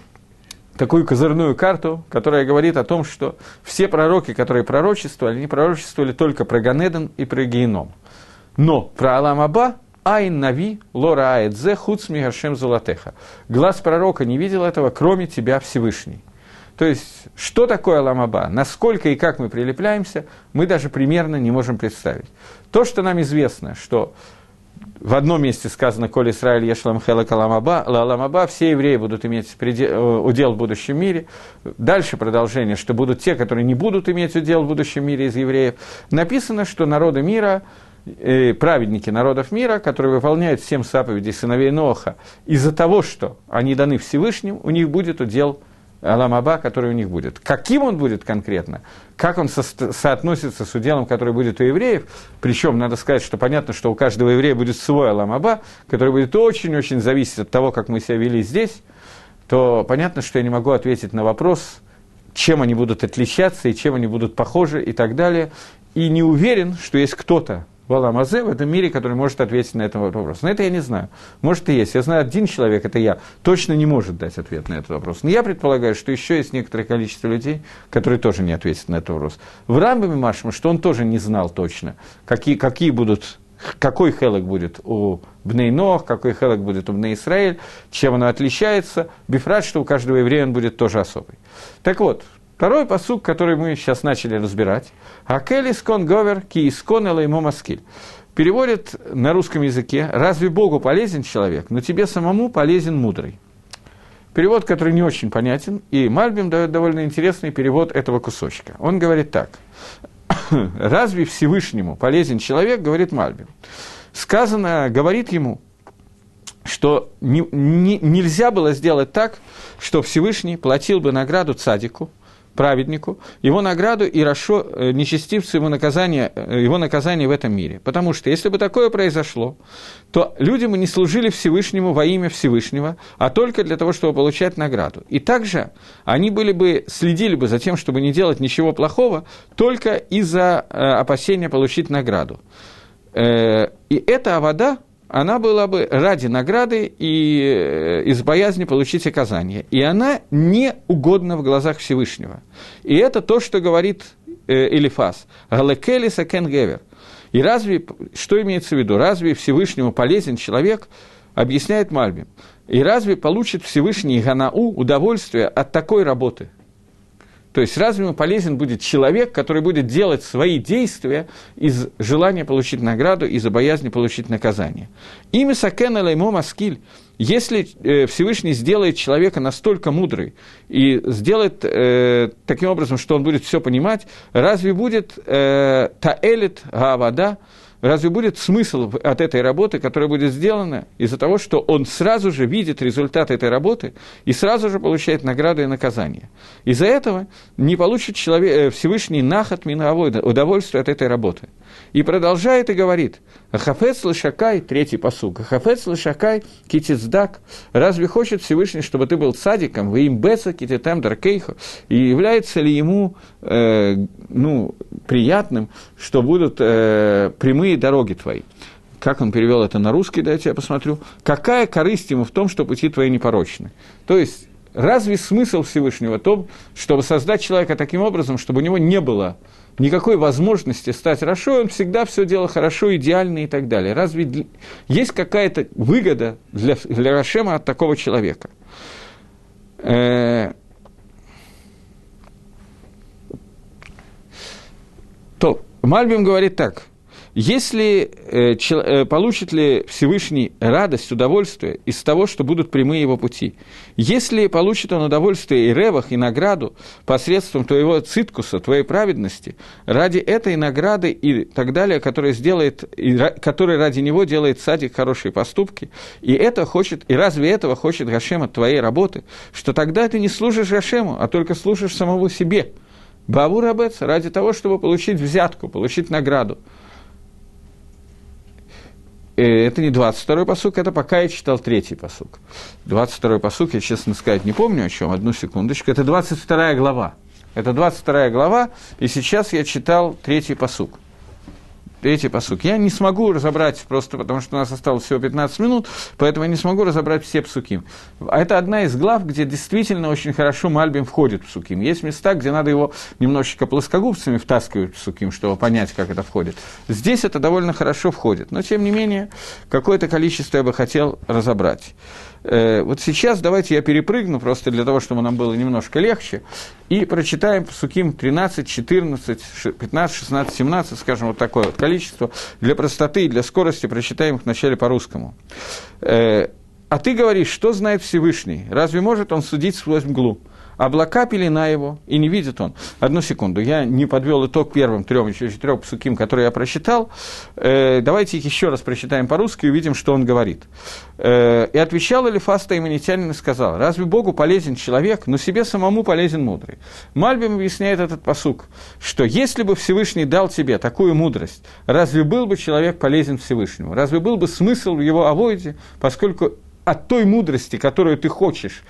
такую козырную карту, которая говорит о том, что все пророки, которые пророчествовали, они пророчествовали только про Ганеден и про Гееном. Но про Алам Аба «Айн нави лора аэдзе хуц ми гашем золотеха». Глаз пророка не видел этого, кроме тебя, Всевышний. То есть, что такое Алам Аба, насколько и как мы прилепляемся, мы даже примерно не можем представить. То, что нам известно, что в одном месте сказано «Коль Исраэль ешлам хелек Алам Аба», все евреи будут иметь удел в будущем мире. Дальше продолжение, что будут те, которые не будут иметь удел в будущем мире из евреев. Написано, что народы мира, праведники народов мира, которые выполняют 7 заповедей сыновей Ноаха, из-за того, что они даны Всевышним, у них будет удел Алам Аба, который у них будет. Каким он будет конкретно, как он соотносится с уделом, который будет у евреев, причем надо сказать, что понятно, что у каждого еврея будет свой Алам Аба, который будет очень-очень зависеть от того, как мы себя вели здесь, то понятно, что я не могу ответить на вопрос, чем они будут отличаться и чем они будут похожи и так далее, и не уверен, что есть кто-то в Алам Азе, в этом мире, который может ответить на этот вопрос. Но это я не знаю. Может и есть. Я знаю, один человек, это я, точно не может дать ответ на этот вопрос. Но я предполагаю, что еще есть некоторое количество людей, которые тоже не ответят на этот вопрос. В Рамбаме Машма, что он тоже не знал точно, какие будут какой хелек будет у Бней Ноах, какой хелек будет у Бней Исраэль, чем оно отличается, бифрат, что у каждого еврея он будет тоже особый. Так вот, второй пасук, который мы сейчас начали разбирать, «Акель искон говер, ки искон элеймо маскиль». Переводит на русском языке «Разве Богу полезен человек, но тебе самому полезен мудрый». Перевод, который не очень понятен, и Мальбим дает довольно интересный перевод этого кусочка. Он говорит так. «Разве Всевышнему полезен человек, — говорит Мальбим, — сказано, говорит ему, что нельзя было сделать так, что Всевышний платил бы награду цадику, праведнику, его награду и рашо, нечестивцу его наказание в этом мире. Потому что, если бы такое произошло, то люди бы не служили Всевышнему во имя Всевышнего, а только для того, чтобы получать награду. И также они следили бы за тем, чтобы не делать ничего плохого, только из-за опасения получить награду. И эта авода, она была бы ради награды и из боязни получить оказание. И она не угодна в глазах Всевышнего. И это то, что говорит Элифаз. «Галекели сакен гевер». И разве, что имеется в виду, разве Всевышнему полезен человек, объясняет Мальбим, и разве получит Всевышний ганау удовольствие от такой работы? То есть разве ему полезен будет человек, который будет делать свои действия из желания получить награду, из-за боязни получить наказание? Имя сакен элеймо маскиль, если Всевышний сделает человека настолько мудрый и сделает таким образом, что он будет все понимать, разве будет таэлит гаавада, разве будет смысл от этой работы, которая будет сделана из-за того, что он сразу же видит результат этой работы и сразу же получает награду и наказание? Из-за этого не получит Всевышний нахат минавой, удовольствие от этой работы. И продолжает и говорит, «Хафец лышакай», третий пасук, «Хафец лышакай китицдак», разве хочет Всевышний, чтобы ты был цадиком, «Вы им беца кититем даркейхо», и является ли ему приятным, что будут прямые дороги твои? Как он перевел это на русский, дайте я посмотрю. «Какая корысть ему в том, что пути твои непорочны?» То есть, разве смысл Всевышнего в том, чтобы создать человека таким образом, чтобы у него не было никакой возможности стать рашой, он всегда все делал хорошо, идеально и так далее? Разве есть какая-то выгода для Рашема от такого человека? То Мальбим говорит так. Если получит ли Всевышний радость, удовольствие из того, что будут прямые его пути, если получит он удовольствие и ревах, и награду посредством твоего циткуса, твоей праведности, ради этой награды и так далее, который ради него делает цадик хорошие поступки, и разве этого хочет Гашем от твоей работы, что тогда ты не служишь Гашему, а только служишь самому себе, Баву Рабец, ради того, чтобы получить взятку, получить награду. Это не 22-й пасук, это пока я читал 3-й пасук. 22-й пасук, я, честно сказать, не помню о чем, одну секундочку. Это 22 глава. Это 22 глава, и сейчас я читал 3-й пасук. 3-й пасук. Я не смогу разобрать, просто потому что у нас осталось всего 15 минут, поэтому я не смогу разобрать все псуким. А это одна из глав, где действительно очень хорошо Мальбим входит в псуким. Есть места, где надо его немножечко плоскогубцами втаскивать в псуким, чтобы понять, как это входит. Здесь это довольно хорошо входит, но, тем не менее, какое-то количество я бы хотел разобрать. Вот сейчас давайте я перепрыгну, просто для того, чтобы нам было немножко легче, и прочитаем псуким 13, 14, 15, 16, 17, скажем, вот такое вот количество. Для простоты и для скорости прочитаем их вначале по-русскому. «А ты говоришь, что знает Всевышний? Разве может он судить сквозь мглу? Облака пелена его, и не видит он». Одну секунду, я не подвел итог первым 3 или 4 псуким, которые я прочитал. Давайте их еще раз прочитаем по-русски и увидим, что он говорит. «И отвечал Элифаз Таимонитянин и сказал: разве Богу полезен человек, но себе самому полезен мудрый?» Мальбим объясняет этот пасук, что если бы Всевышний дал тебе такую мудрость, разве был бы человек полезен Всевышнему? Разве был бы смысл в его авойде, поскольку от той мудрости, которую ты хочешь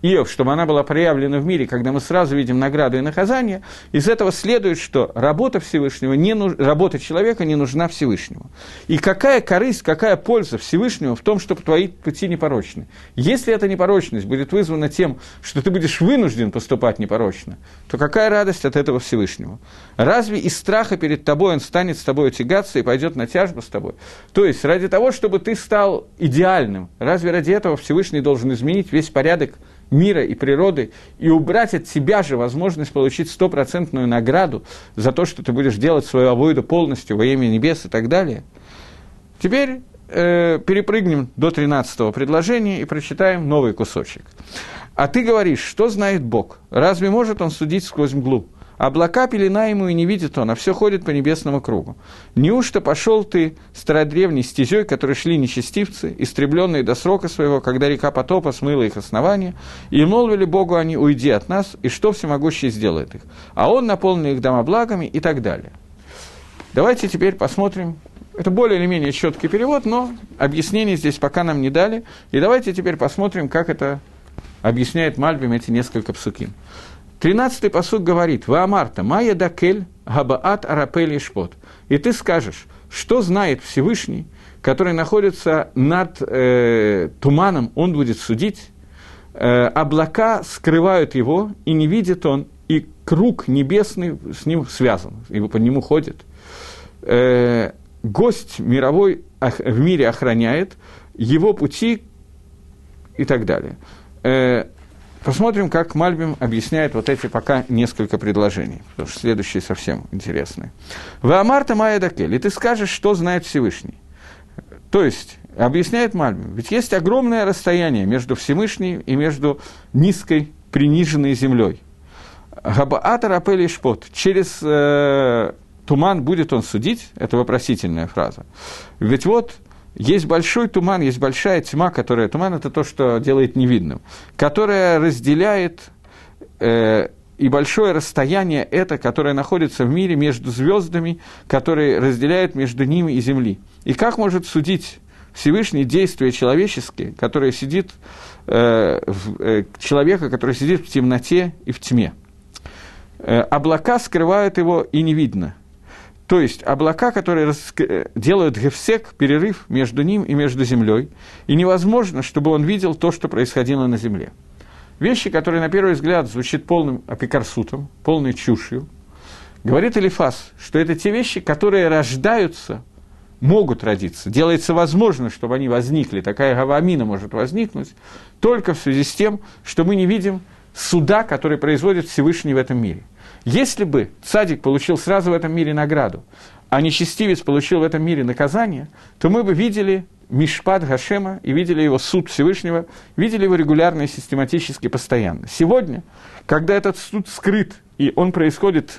Иов, чтобы она была проявлена в мире, когда мы сразу видим награду и наказание, из этого следует, что работа работа человека не нужна Всевышнему. И какая корысть, какая польза Всевышнему в том, чтобы твои пути непорочны? Если эта непорочность будет вызвана тем, что ты будешь вынужден поступать непорочно, то какая радость от этого Всевышнему? Разве из страха перед тобой он станет с тобой тягаться и пойдет на тяжбу с тобой? То есть ради того, чтобы ты стал идеальным, разве ради этого Всевышний должен изменить весь порядок мира и природы и убрать от тебя же возможность получить 100% награду за то, что ты будешь делать свою авойду полностью во имя небес и так далее? Теперь перепрыгнем до 13-го предложения и прочитаем новый кусочек. «А ты говоришь, что знает Бог? Разве может он судить сквозь мглу? Облака пелена ему, и не видит он, а все ходит по небесному кругу. Неужто пошел ты стародревней стезей, которой шли нечестивцы, истребленные до срока своего, когда река потопа смыла их основание, и молвили Богу они: уйди от нас, и что всемогущий сделает их? А он наполнил их дома благами» и так далее. Давайте теперь посмотрим. Это более или менее четкий перевод, но объяснений здесь пока нам не дали. И давайте теперь посмотрим, как это объясняет Мальбим эти несколько псуким. 13-й пасук говорит: «Ваамарта, майя дакель, габаат арапель ишпот». И ты скажешь, что знает Всевышний, который находится над туманом, он будет судить, облака скрывают его, и не видит он, и круг небесный с ним связан, и по нему ходит. Гость мировой в мире охраняет, его пути и так далее. Посмотрим, как Мальбим объясняет вот эти пока несколько предложений, потому что следующие совсем интересные. «Ваамарта майя дакель», и ты скажешь, что знает Всевышний. То есть, объясняет Мальбим, ведь есть огромное расстояние между Всевышним и между низкой, приниженной землей. «Габаат арапель ишпот», через туман будет он судить, это вопросительная фраза. Ведь вот есть большой туман, есть большая тьма, которая... Туман – это то, что делает невидным, которая разделяет, и большое расстояние это, которое находится в мире между звездами, которое разделяет между ними и земли. И как может судить Всевышний действия человеческие, которые сидит, человека, который сидит в темноте и в тьме? Облака скрывают его, и не видно. То есть облака, которые делают гефсек, перерыв между ним и между землей, и невозможно, чтобы он видел то, что происходило на земле. Вещи, которые на первый взгляд звучат полным апикарсутом, полной чушью, говорит Элифаз, что это те вещи, которые рождаются, могут родиться, делается возможно, чтобы они возникли, такая гавамина может возникнуть, только в связи с тем, что мы не видим суда, который производит Всевышний в этом мире. Если бы цадик получил сразу в этом мире награду, а нечестивец получил в этом мире наказание, то мы бы видели Мишпат Гашема и видели его суд Всевышнего, видели его регулярно и систематически, постоянно. Сегодня, когда этот суд скрыт, и он происходит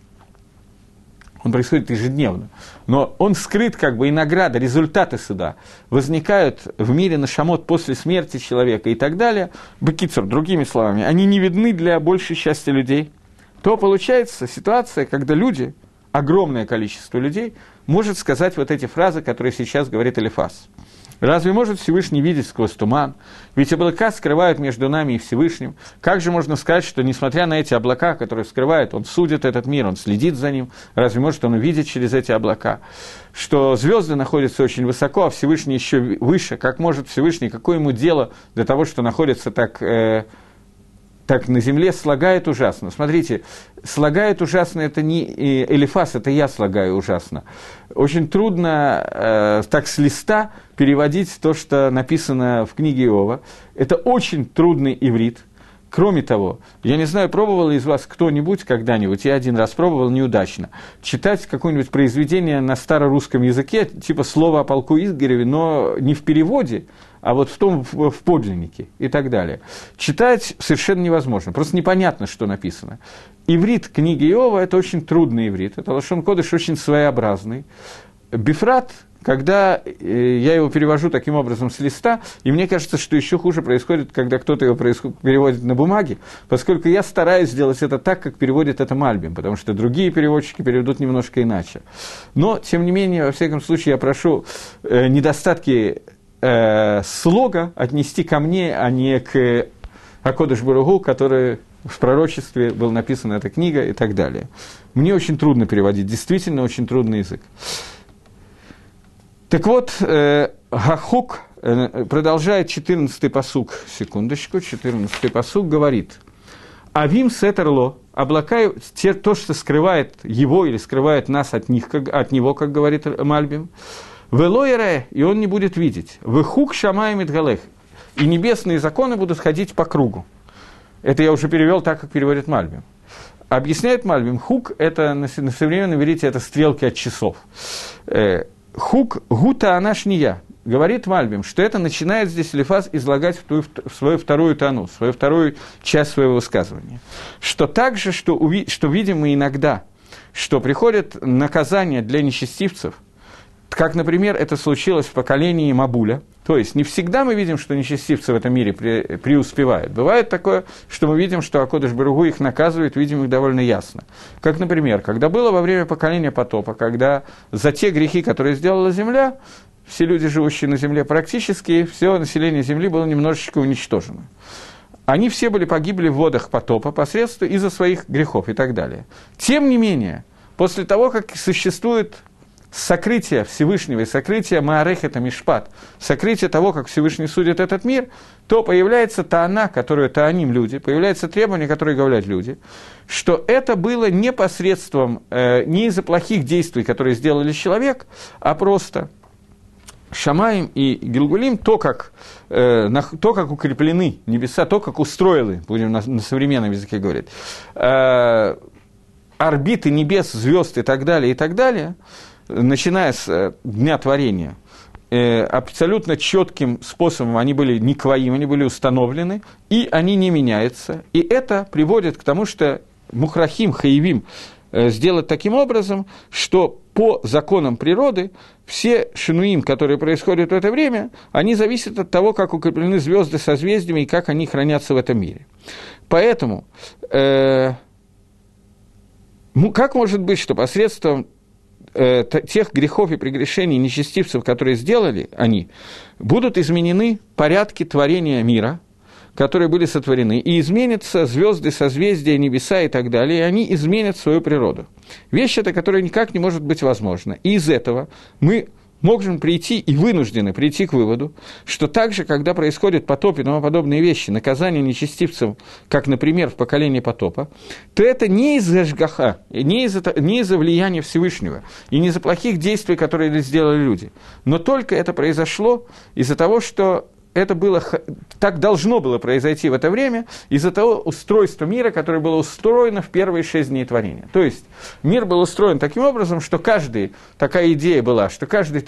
ежедневно, но он скрыт, как бы, и награда, результаты суда возникают в мире нашамот после смерти человека и так далее, бекицур, другими словами, они не видны для большей части людей, то получается ситуация, когда люди, огромное количество людей, может сказать вот эти фразы, которые сейчас говорит Элифаз. Разве может Всевышний видеть сквозь туман? Ведь облака скрывают между нами и Всевышним. Как же можно сказать, что несмотря на эти облака, которые скрывают, он судит этот мир, он следит за ним? Разве может он увидеть через эти облака? Что звезды находятся очень высоко, а Всевышний еще выше. Как может Всевышний, какое ему дело до того, что находится так на земле, слагает ужасно. Смотрите, слагает ужасно, это не Элифаз, это я слагаю ужасно. Очень трудно так с листа переводить то, что написано в книге Иова. Это очень трудный иврит. Кроме того, я не знаю, пробовал ли из вас кто-нибудь когда-нибудь, я один раз пробовал неудачно, читать какое-нибудь произведение на старорусском языке, типа «Слово о полку Игореве», но не в переводе, а вот в подлиннике и так далее. Читать совершенно невозможно, просто непонятно, что написано. Иврит книги Иова – это очень трудный иврит, это лашон кодеш очень своеобразный. Бифрат, когда я его перевожу таким образом с листа, и мне кажется, что еще хуже происходит, когда кто-то его переводит на бумаге, поскольку я стараюсь сделать это так, как переводит это Мальбим, потому что другие переводчики переведут немножко иначе. Но, тем не менее, во всяком случае, я прошу недостатки слога отнести ко мне, а не к Акодыш Баругу, который в пророчестве была написана эта книга и так далее. Мне очень трудно переводить, действительно очень трудный язык. Так вот, Гахук продолжает 14-й пасук, секундочку, 14-й пасук говорит: «Авим сетерло, облака, то, что скрывает его или скрывает нас от него, как говорит Мальбим, велоере, и он не будет видеть, вехук шамаем идгалех, и небесные законы будут ходить по кругу». Это я уже перевел так, как переводит Мальбим. Объясняет Мальбим, хук – это на современном иврите это стрелки от часов. Хук гута анашния. Говорит Мальбим, что это начинает здесь Элифаз излагать в свою вторую тону, свою вторую часть своего высказывания. Что также, что видим мы иногда, что приходит наказание для нечестивцев, как, например, это случилось в поколении Мабуля. То есть не всегда мы видим, что нечестивцы в этом мире преуспевают. Бывает такое, что мы видим, что Акодыш Баругу их наказывает, видим их довольно ясно. Как, например, когда было во время поколения потопа, когда за те грехи, которые сделала земля, все люди, живущие на земле, практически все население земли было немножечко уничтожено. Они все погибли в водах потопа посредством из-за своих грехов и так далее. Тем не менее, после того, как существует сокрытие Всевышнего и сокрытие Маарехета Мишпат, сокрытие того, как Всевышний судит этот мир, то появляется таана, которую тааним люди, появляется требование, которое говорят люди, что это было не посредством, не из-за плохих действий, которые сделали человек, а просто Шамаим и Гилгулим, то, как укреплены небеса, то, как устроены, будем на современном языке говорить, орбиты небес, звезд и так далее, начиная с дня творения, абсолютно четким способом они были никваим, они были установлены, и они не меняются. И это приводит к тому, что мухрахим, хаевим сделать таким образом, что по законам природы все шинуим, которые происходят в это время, они зависят от того, как укреплены звезды созвездиями и как они хранятся в этом мире. Поэтому, как может быть, что посредством тех грехов и прегрешений нечестивцев, которые сделали они, будут изменены порядки творения мира, которые были сотворены, и изменятся звезды, созвездия, небеса и так далее, и они изменят свою природу. Вещь эта, которая никак не может быть возможна. И из этого мы можем прийти и вынуждены прийти к выводу, что также, когда происходит потоп и тому подобные вещи, наказание нечестивцев, как, например, в поколении потопа, то это не из-за жгаха, не из-за влияния Всевышнего, и не из-за плохих действий, которые сделали люди, но только это произошло из-за того, что это было, так должно было произойти в это время из-за того устройства мира, которое было устроено в первые 6 дней творения. То есть мир был устроен таким образом, что такая идея была, что каждые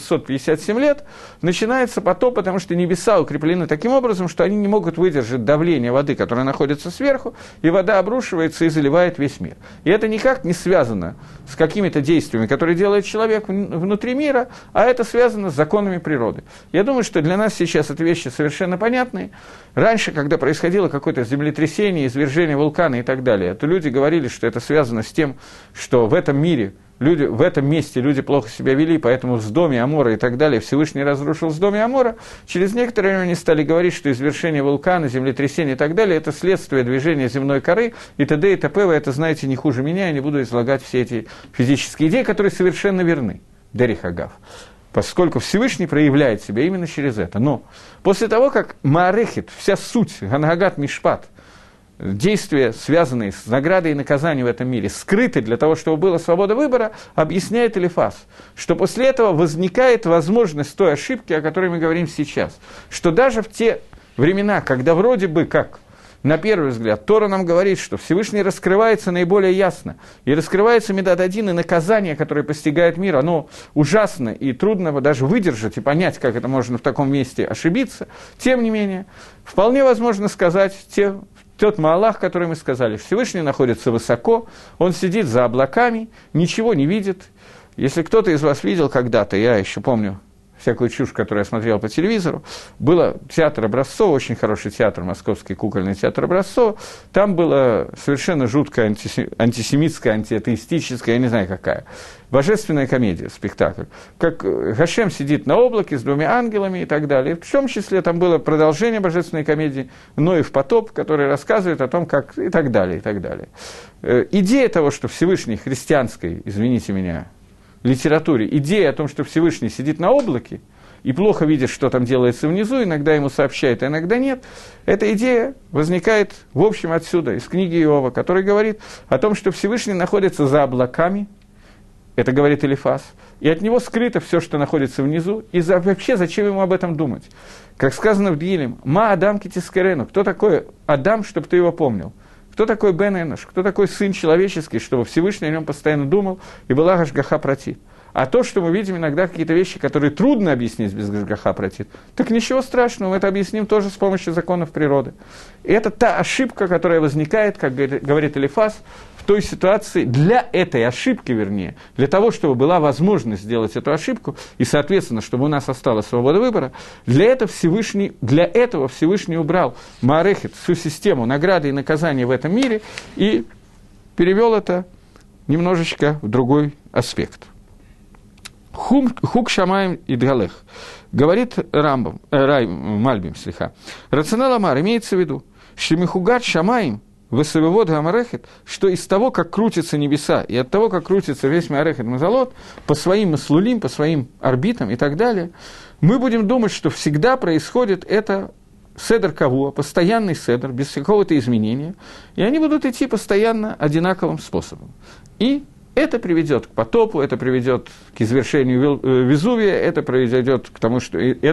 1657 лет начинается потоп, потому что небеса укреплены таким образом, что они не могут выдержать давление воды, которая находится сверху, и вода обрушивается и заливает весь мир. И это никак не связано с какими-то действиями, которые делает человек внутри мира, а это связано с законами природы. Я думаю, что для нас сейчас это вещи совершенно понятные. Раньше, когда происходило какое-то землетрясение, извержение вулкана и так далее, то люди говорили, что это связано с тем, что в этом мире, в этом месте люди плохо себя вели, поэтому в Сдоме, Амора и так далее Всевышний разрушил Сдом и Амора. Через некоторое время они стали говорить, что извержение вулкана, землетрясение и так далее – это следствие движения земной коры и т.д. и т.п. Вы это знаете не хуже меня, я не буду излагать все эти физические идеи, которые совершенно верны. Дерих Агав. Поскольку Всевышний проявляет себя именно через это. Но после того, как Маарехет, вся суть, Ганагат Мишпат, действия, связанные с наградой и наказанием в этом мире, скрыты для того, чтобы была свобода выбора, объясняет Элифаз, что после этого возникает возможность той ошибки, о которой мы говорим сейчас, что даже в те времена, когда вроде бы как на первый взгляд, Тора нам говорит, что Всевышний раскрывается наиболее ясно. И раскрывается Медад один, и наказание, которое постигает мир, оно ужасно, и трудно даже выдержать и понять, как это можно в таком месте ошибиться. Тем не менее, вполне возможно сказать тот Маалах, который мы сказали. Всевышний находится высоко, он сидит за облаками, ничего не видит. Если кто-то из вас видел когда-то, я еще помню, всякую чушь, которую я смотрел по телевизору. Был театр Образцова, очень хороший театр, Московский кукольный театр Образцова. Там была совершенно жуткая антисемитская, антиатеистическая, я не знаю какая, божественная комедия, спектакль. Как Гошем сидит на облаке с двумя ангелами и так далее. В том числе там было продолжение божественной комедии «Ноев потоп», который рассказывает о том, как и так далее, и так далее. Идея того, что Всевышний христианской, извините меня, литературе, идея о том, что Всевышний сидит на облаке и плохо видит, что там делается внизу, иногда ему сообщает, а иногда нет, эта идея возникает, в общем, отсюда, из книги Иова, который говорит о том, что Всевышний находится за облаками, это говорит Элифаз, и от него скрыто все, что находится внизу, и вообще зачем ему об этом думать? Как сказано в Дилем, «Ма Адам китискерену», кто такой Адам, чтобы ты его помнил? Кто такой Бен Энош? Кто такой Сын Человеческий, чтобы Всевышний о нем постоянно думал, и была Гашгаха Прати? А то, что мы видим иногда какие-то вещи, которые трудно объяснить без Гашгаха Прати, так ничего страшного, мы это объясним тоже с помощью законов природы. И это та ошибка, которая возникает, как говорит Элифаз, в той ситуации, для этой ошибки, вернее, для того, чтобы была возможность сделать эту ошибку, и, соответственно, чтобы у нас осталась свобода выбора, для этого Всевышний убрал Маарехет, всю систему награды и наказания в этом мире, и перевел это немножечко в другой аспект. Хук Шамаем Идгалех. Говорит Мальбим, Рационал Амар имеется в виду, что Михугат Шамаем Высовывод Гамарехет, что из того, как крутятся небеса, и от того, как крутится весь Маарехет Мазалот, по своим маслулим, по своим орбитам и так далее, мы будем думать, что всегда происходит это седер кавуа, постоянный седер, без какого-то изменения, и они будут идти постоянно одинаковым способом. И это приведет к потопу, это приведет к извершению Везувия, это приведет к тому,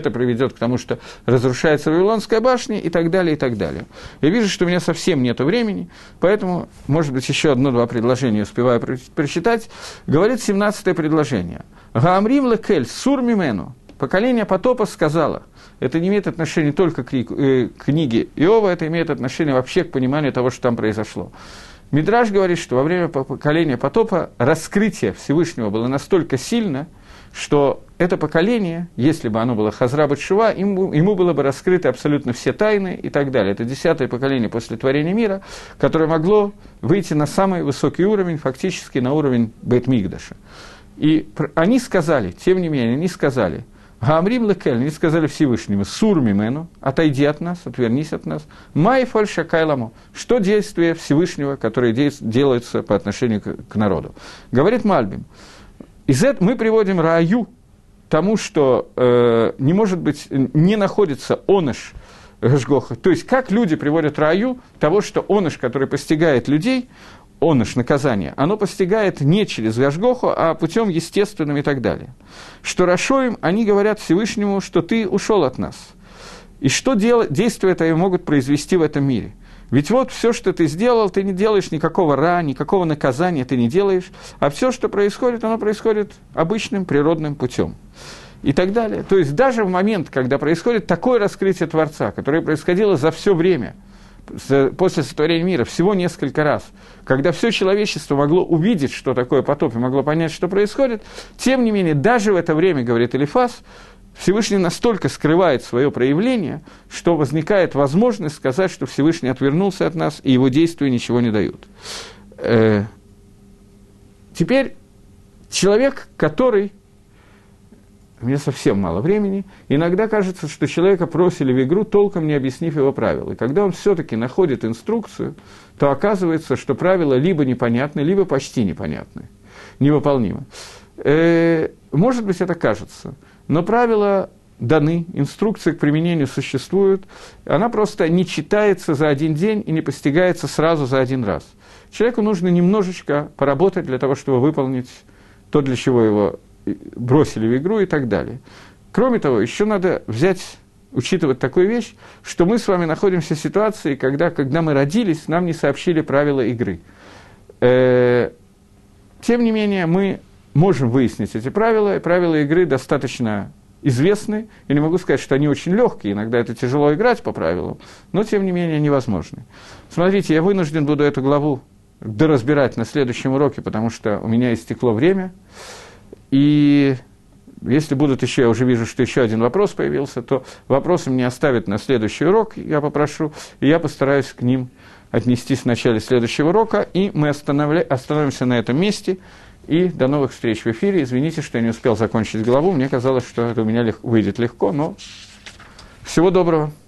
что разрушается Вавилонская башня и так далее, и так далее. Я вижу, что у меня совсем нет времени, поэтому, может быть, еще одно-два предложения успеваю прочитать. Говорит 17-е предложение. «Гаамрим лекель сур мимену». Поколение потопа сказало. Это не имеет отношения только к книге Иова, это имеет отношение вообще к пониманию того, что там произошло. Мидраш говорит, что во время поколения потопа раскрытие Всевышнего было настолько сильно, что это поколение, если бы оно было Хазра бет Шува, ему было бы раскрыты абсолютно все тайны и так далее. Это 10-е поколение после творения мира, которое могло выйти на самый высокий уровень, фактически на уровень Бейт-Микдаша. И они сказали, тем не менее, они сказали, Гаамрим лекель, они сказали Всевышнему, сур мимену, отойди от нас, отвернись от нас, май фаль шакайламу, что действие Всевышнего, которое делается по отношению к народу. Говорит Мальбим, из этого мы приводим рааю тому, что не может быть, не находится оныш гашгоха, то есть как люди приводят рааю того, что оныш, который постигает людей, оныш, наказание, оно постигает не через гашгоху, а путем естественным и так далее. Что рашоим, они говорят Всевышнему, что ты ушел от нас. И что действия твои могут произвести в этом мире? Ведь вот все, что ты сделал, ты не делаешь никакого ра, никакого наказания ты не делаешь, а все, что происходит, оно происходит обычным природным путем. И так далее. То есть даже в момент, когда происходит такое раскрытие Творца, которое происходило за все время, после сотворения мира, всего несколько раз, когда все человечество могло увидеть, что такое потоп, и могло понять, что происходит, тем не менее, даже в это время, говорит Элифаз, Всевышний настолько скрывает свое проявление, что возникает возможность сказать, что Всевышний отвернулся от нас, и его действия ничего не дают. Теперь человек, который... У меня совсем мало времени. Иногда кажется, что человека бросили в игру, толком не объяснив его правила. И когда он все-таки находит инструкцию, то оказывается, что правила либо непонятны, либо почти непонятны, невыполнимы. Может быть, это кажется, но правила даны, инструкция к применению существует, она просто не читается за один день и не постигается сразу за один раз. Человеку нужно немножечко поработать для того, чтобы выполнить то, для чего его бросили в игру и так далее. Кроме того, еще надо учитывать такую вещь, что мы с вами находимся в ситуации, когда мы родились, нам не сообщили правила игры. Тем не менее, мы можем выяснить эти правила, и правила игры достаточно известны. Я не могу сказать, что они очень легкие, иногда это тяжело играть по правилам, но, тем не менее, невозможны. Смотрите, я вынужден буду эту главу доразбирать на следующем уроке, потому что у меня истекло время. И Если будут еще, я уже вижу, что еще один вопрос появился, то вопросы мне оставят на следующий урок, я попрошу, и я постараюсь к ним отнестись в начале следующего урока, и мы остановимся на этом месте, и до новых встреч в эфире. Извините, что я не успел закончить главу, мне казалось, что это у меня выйдет легко, но всего доброго.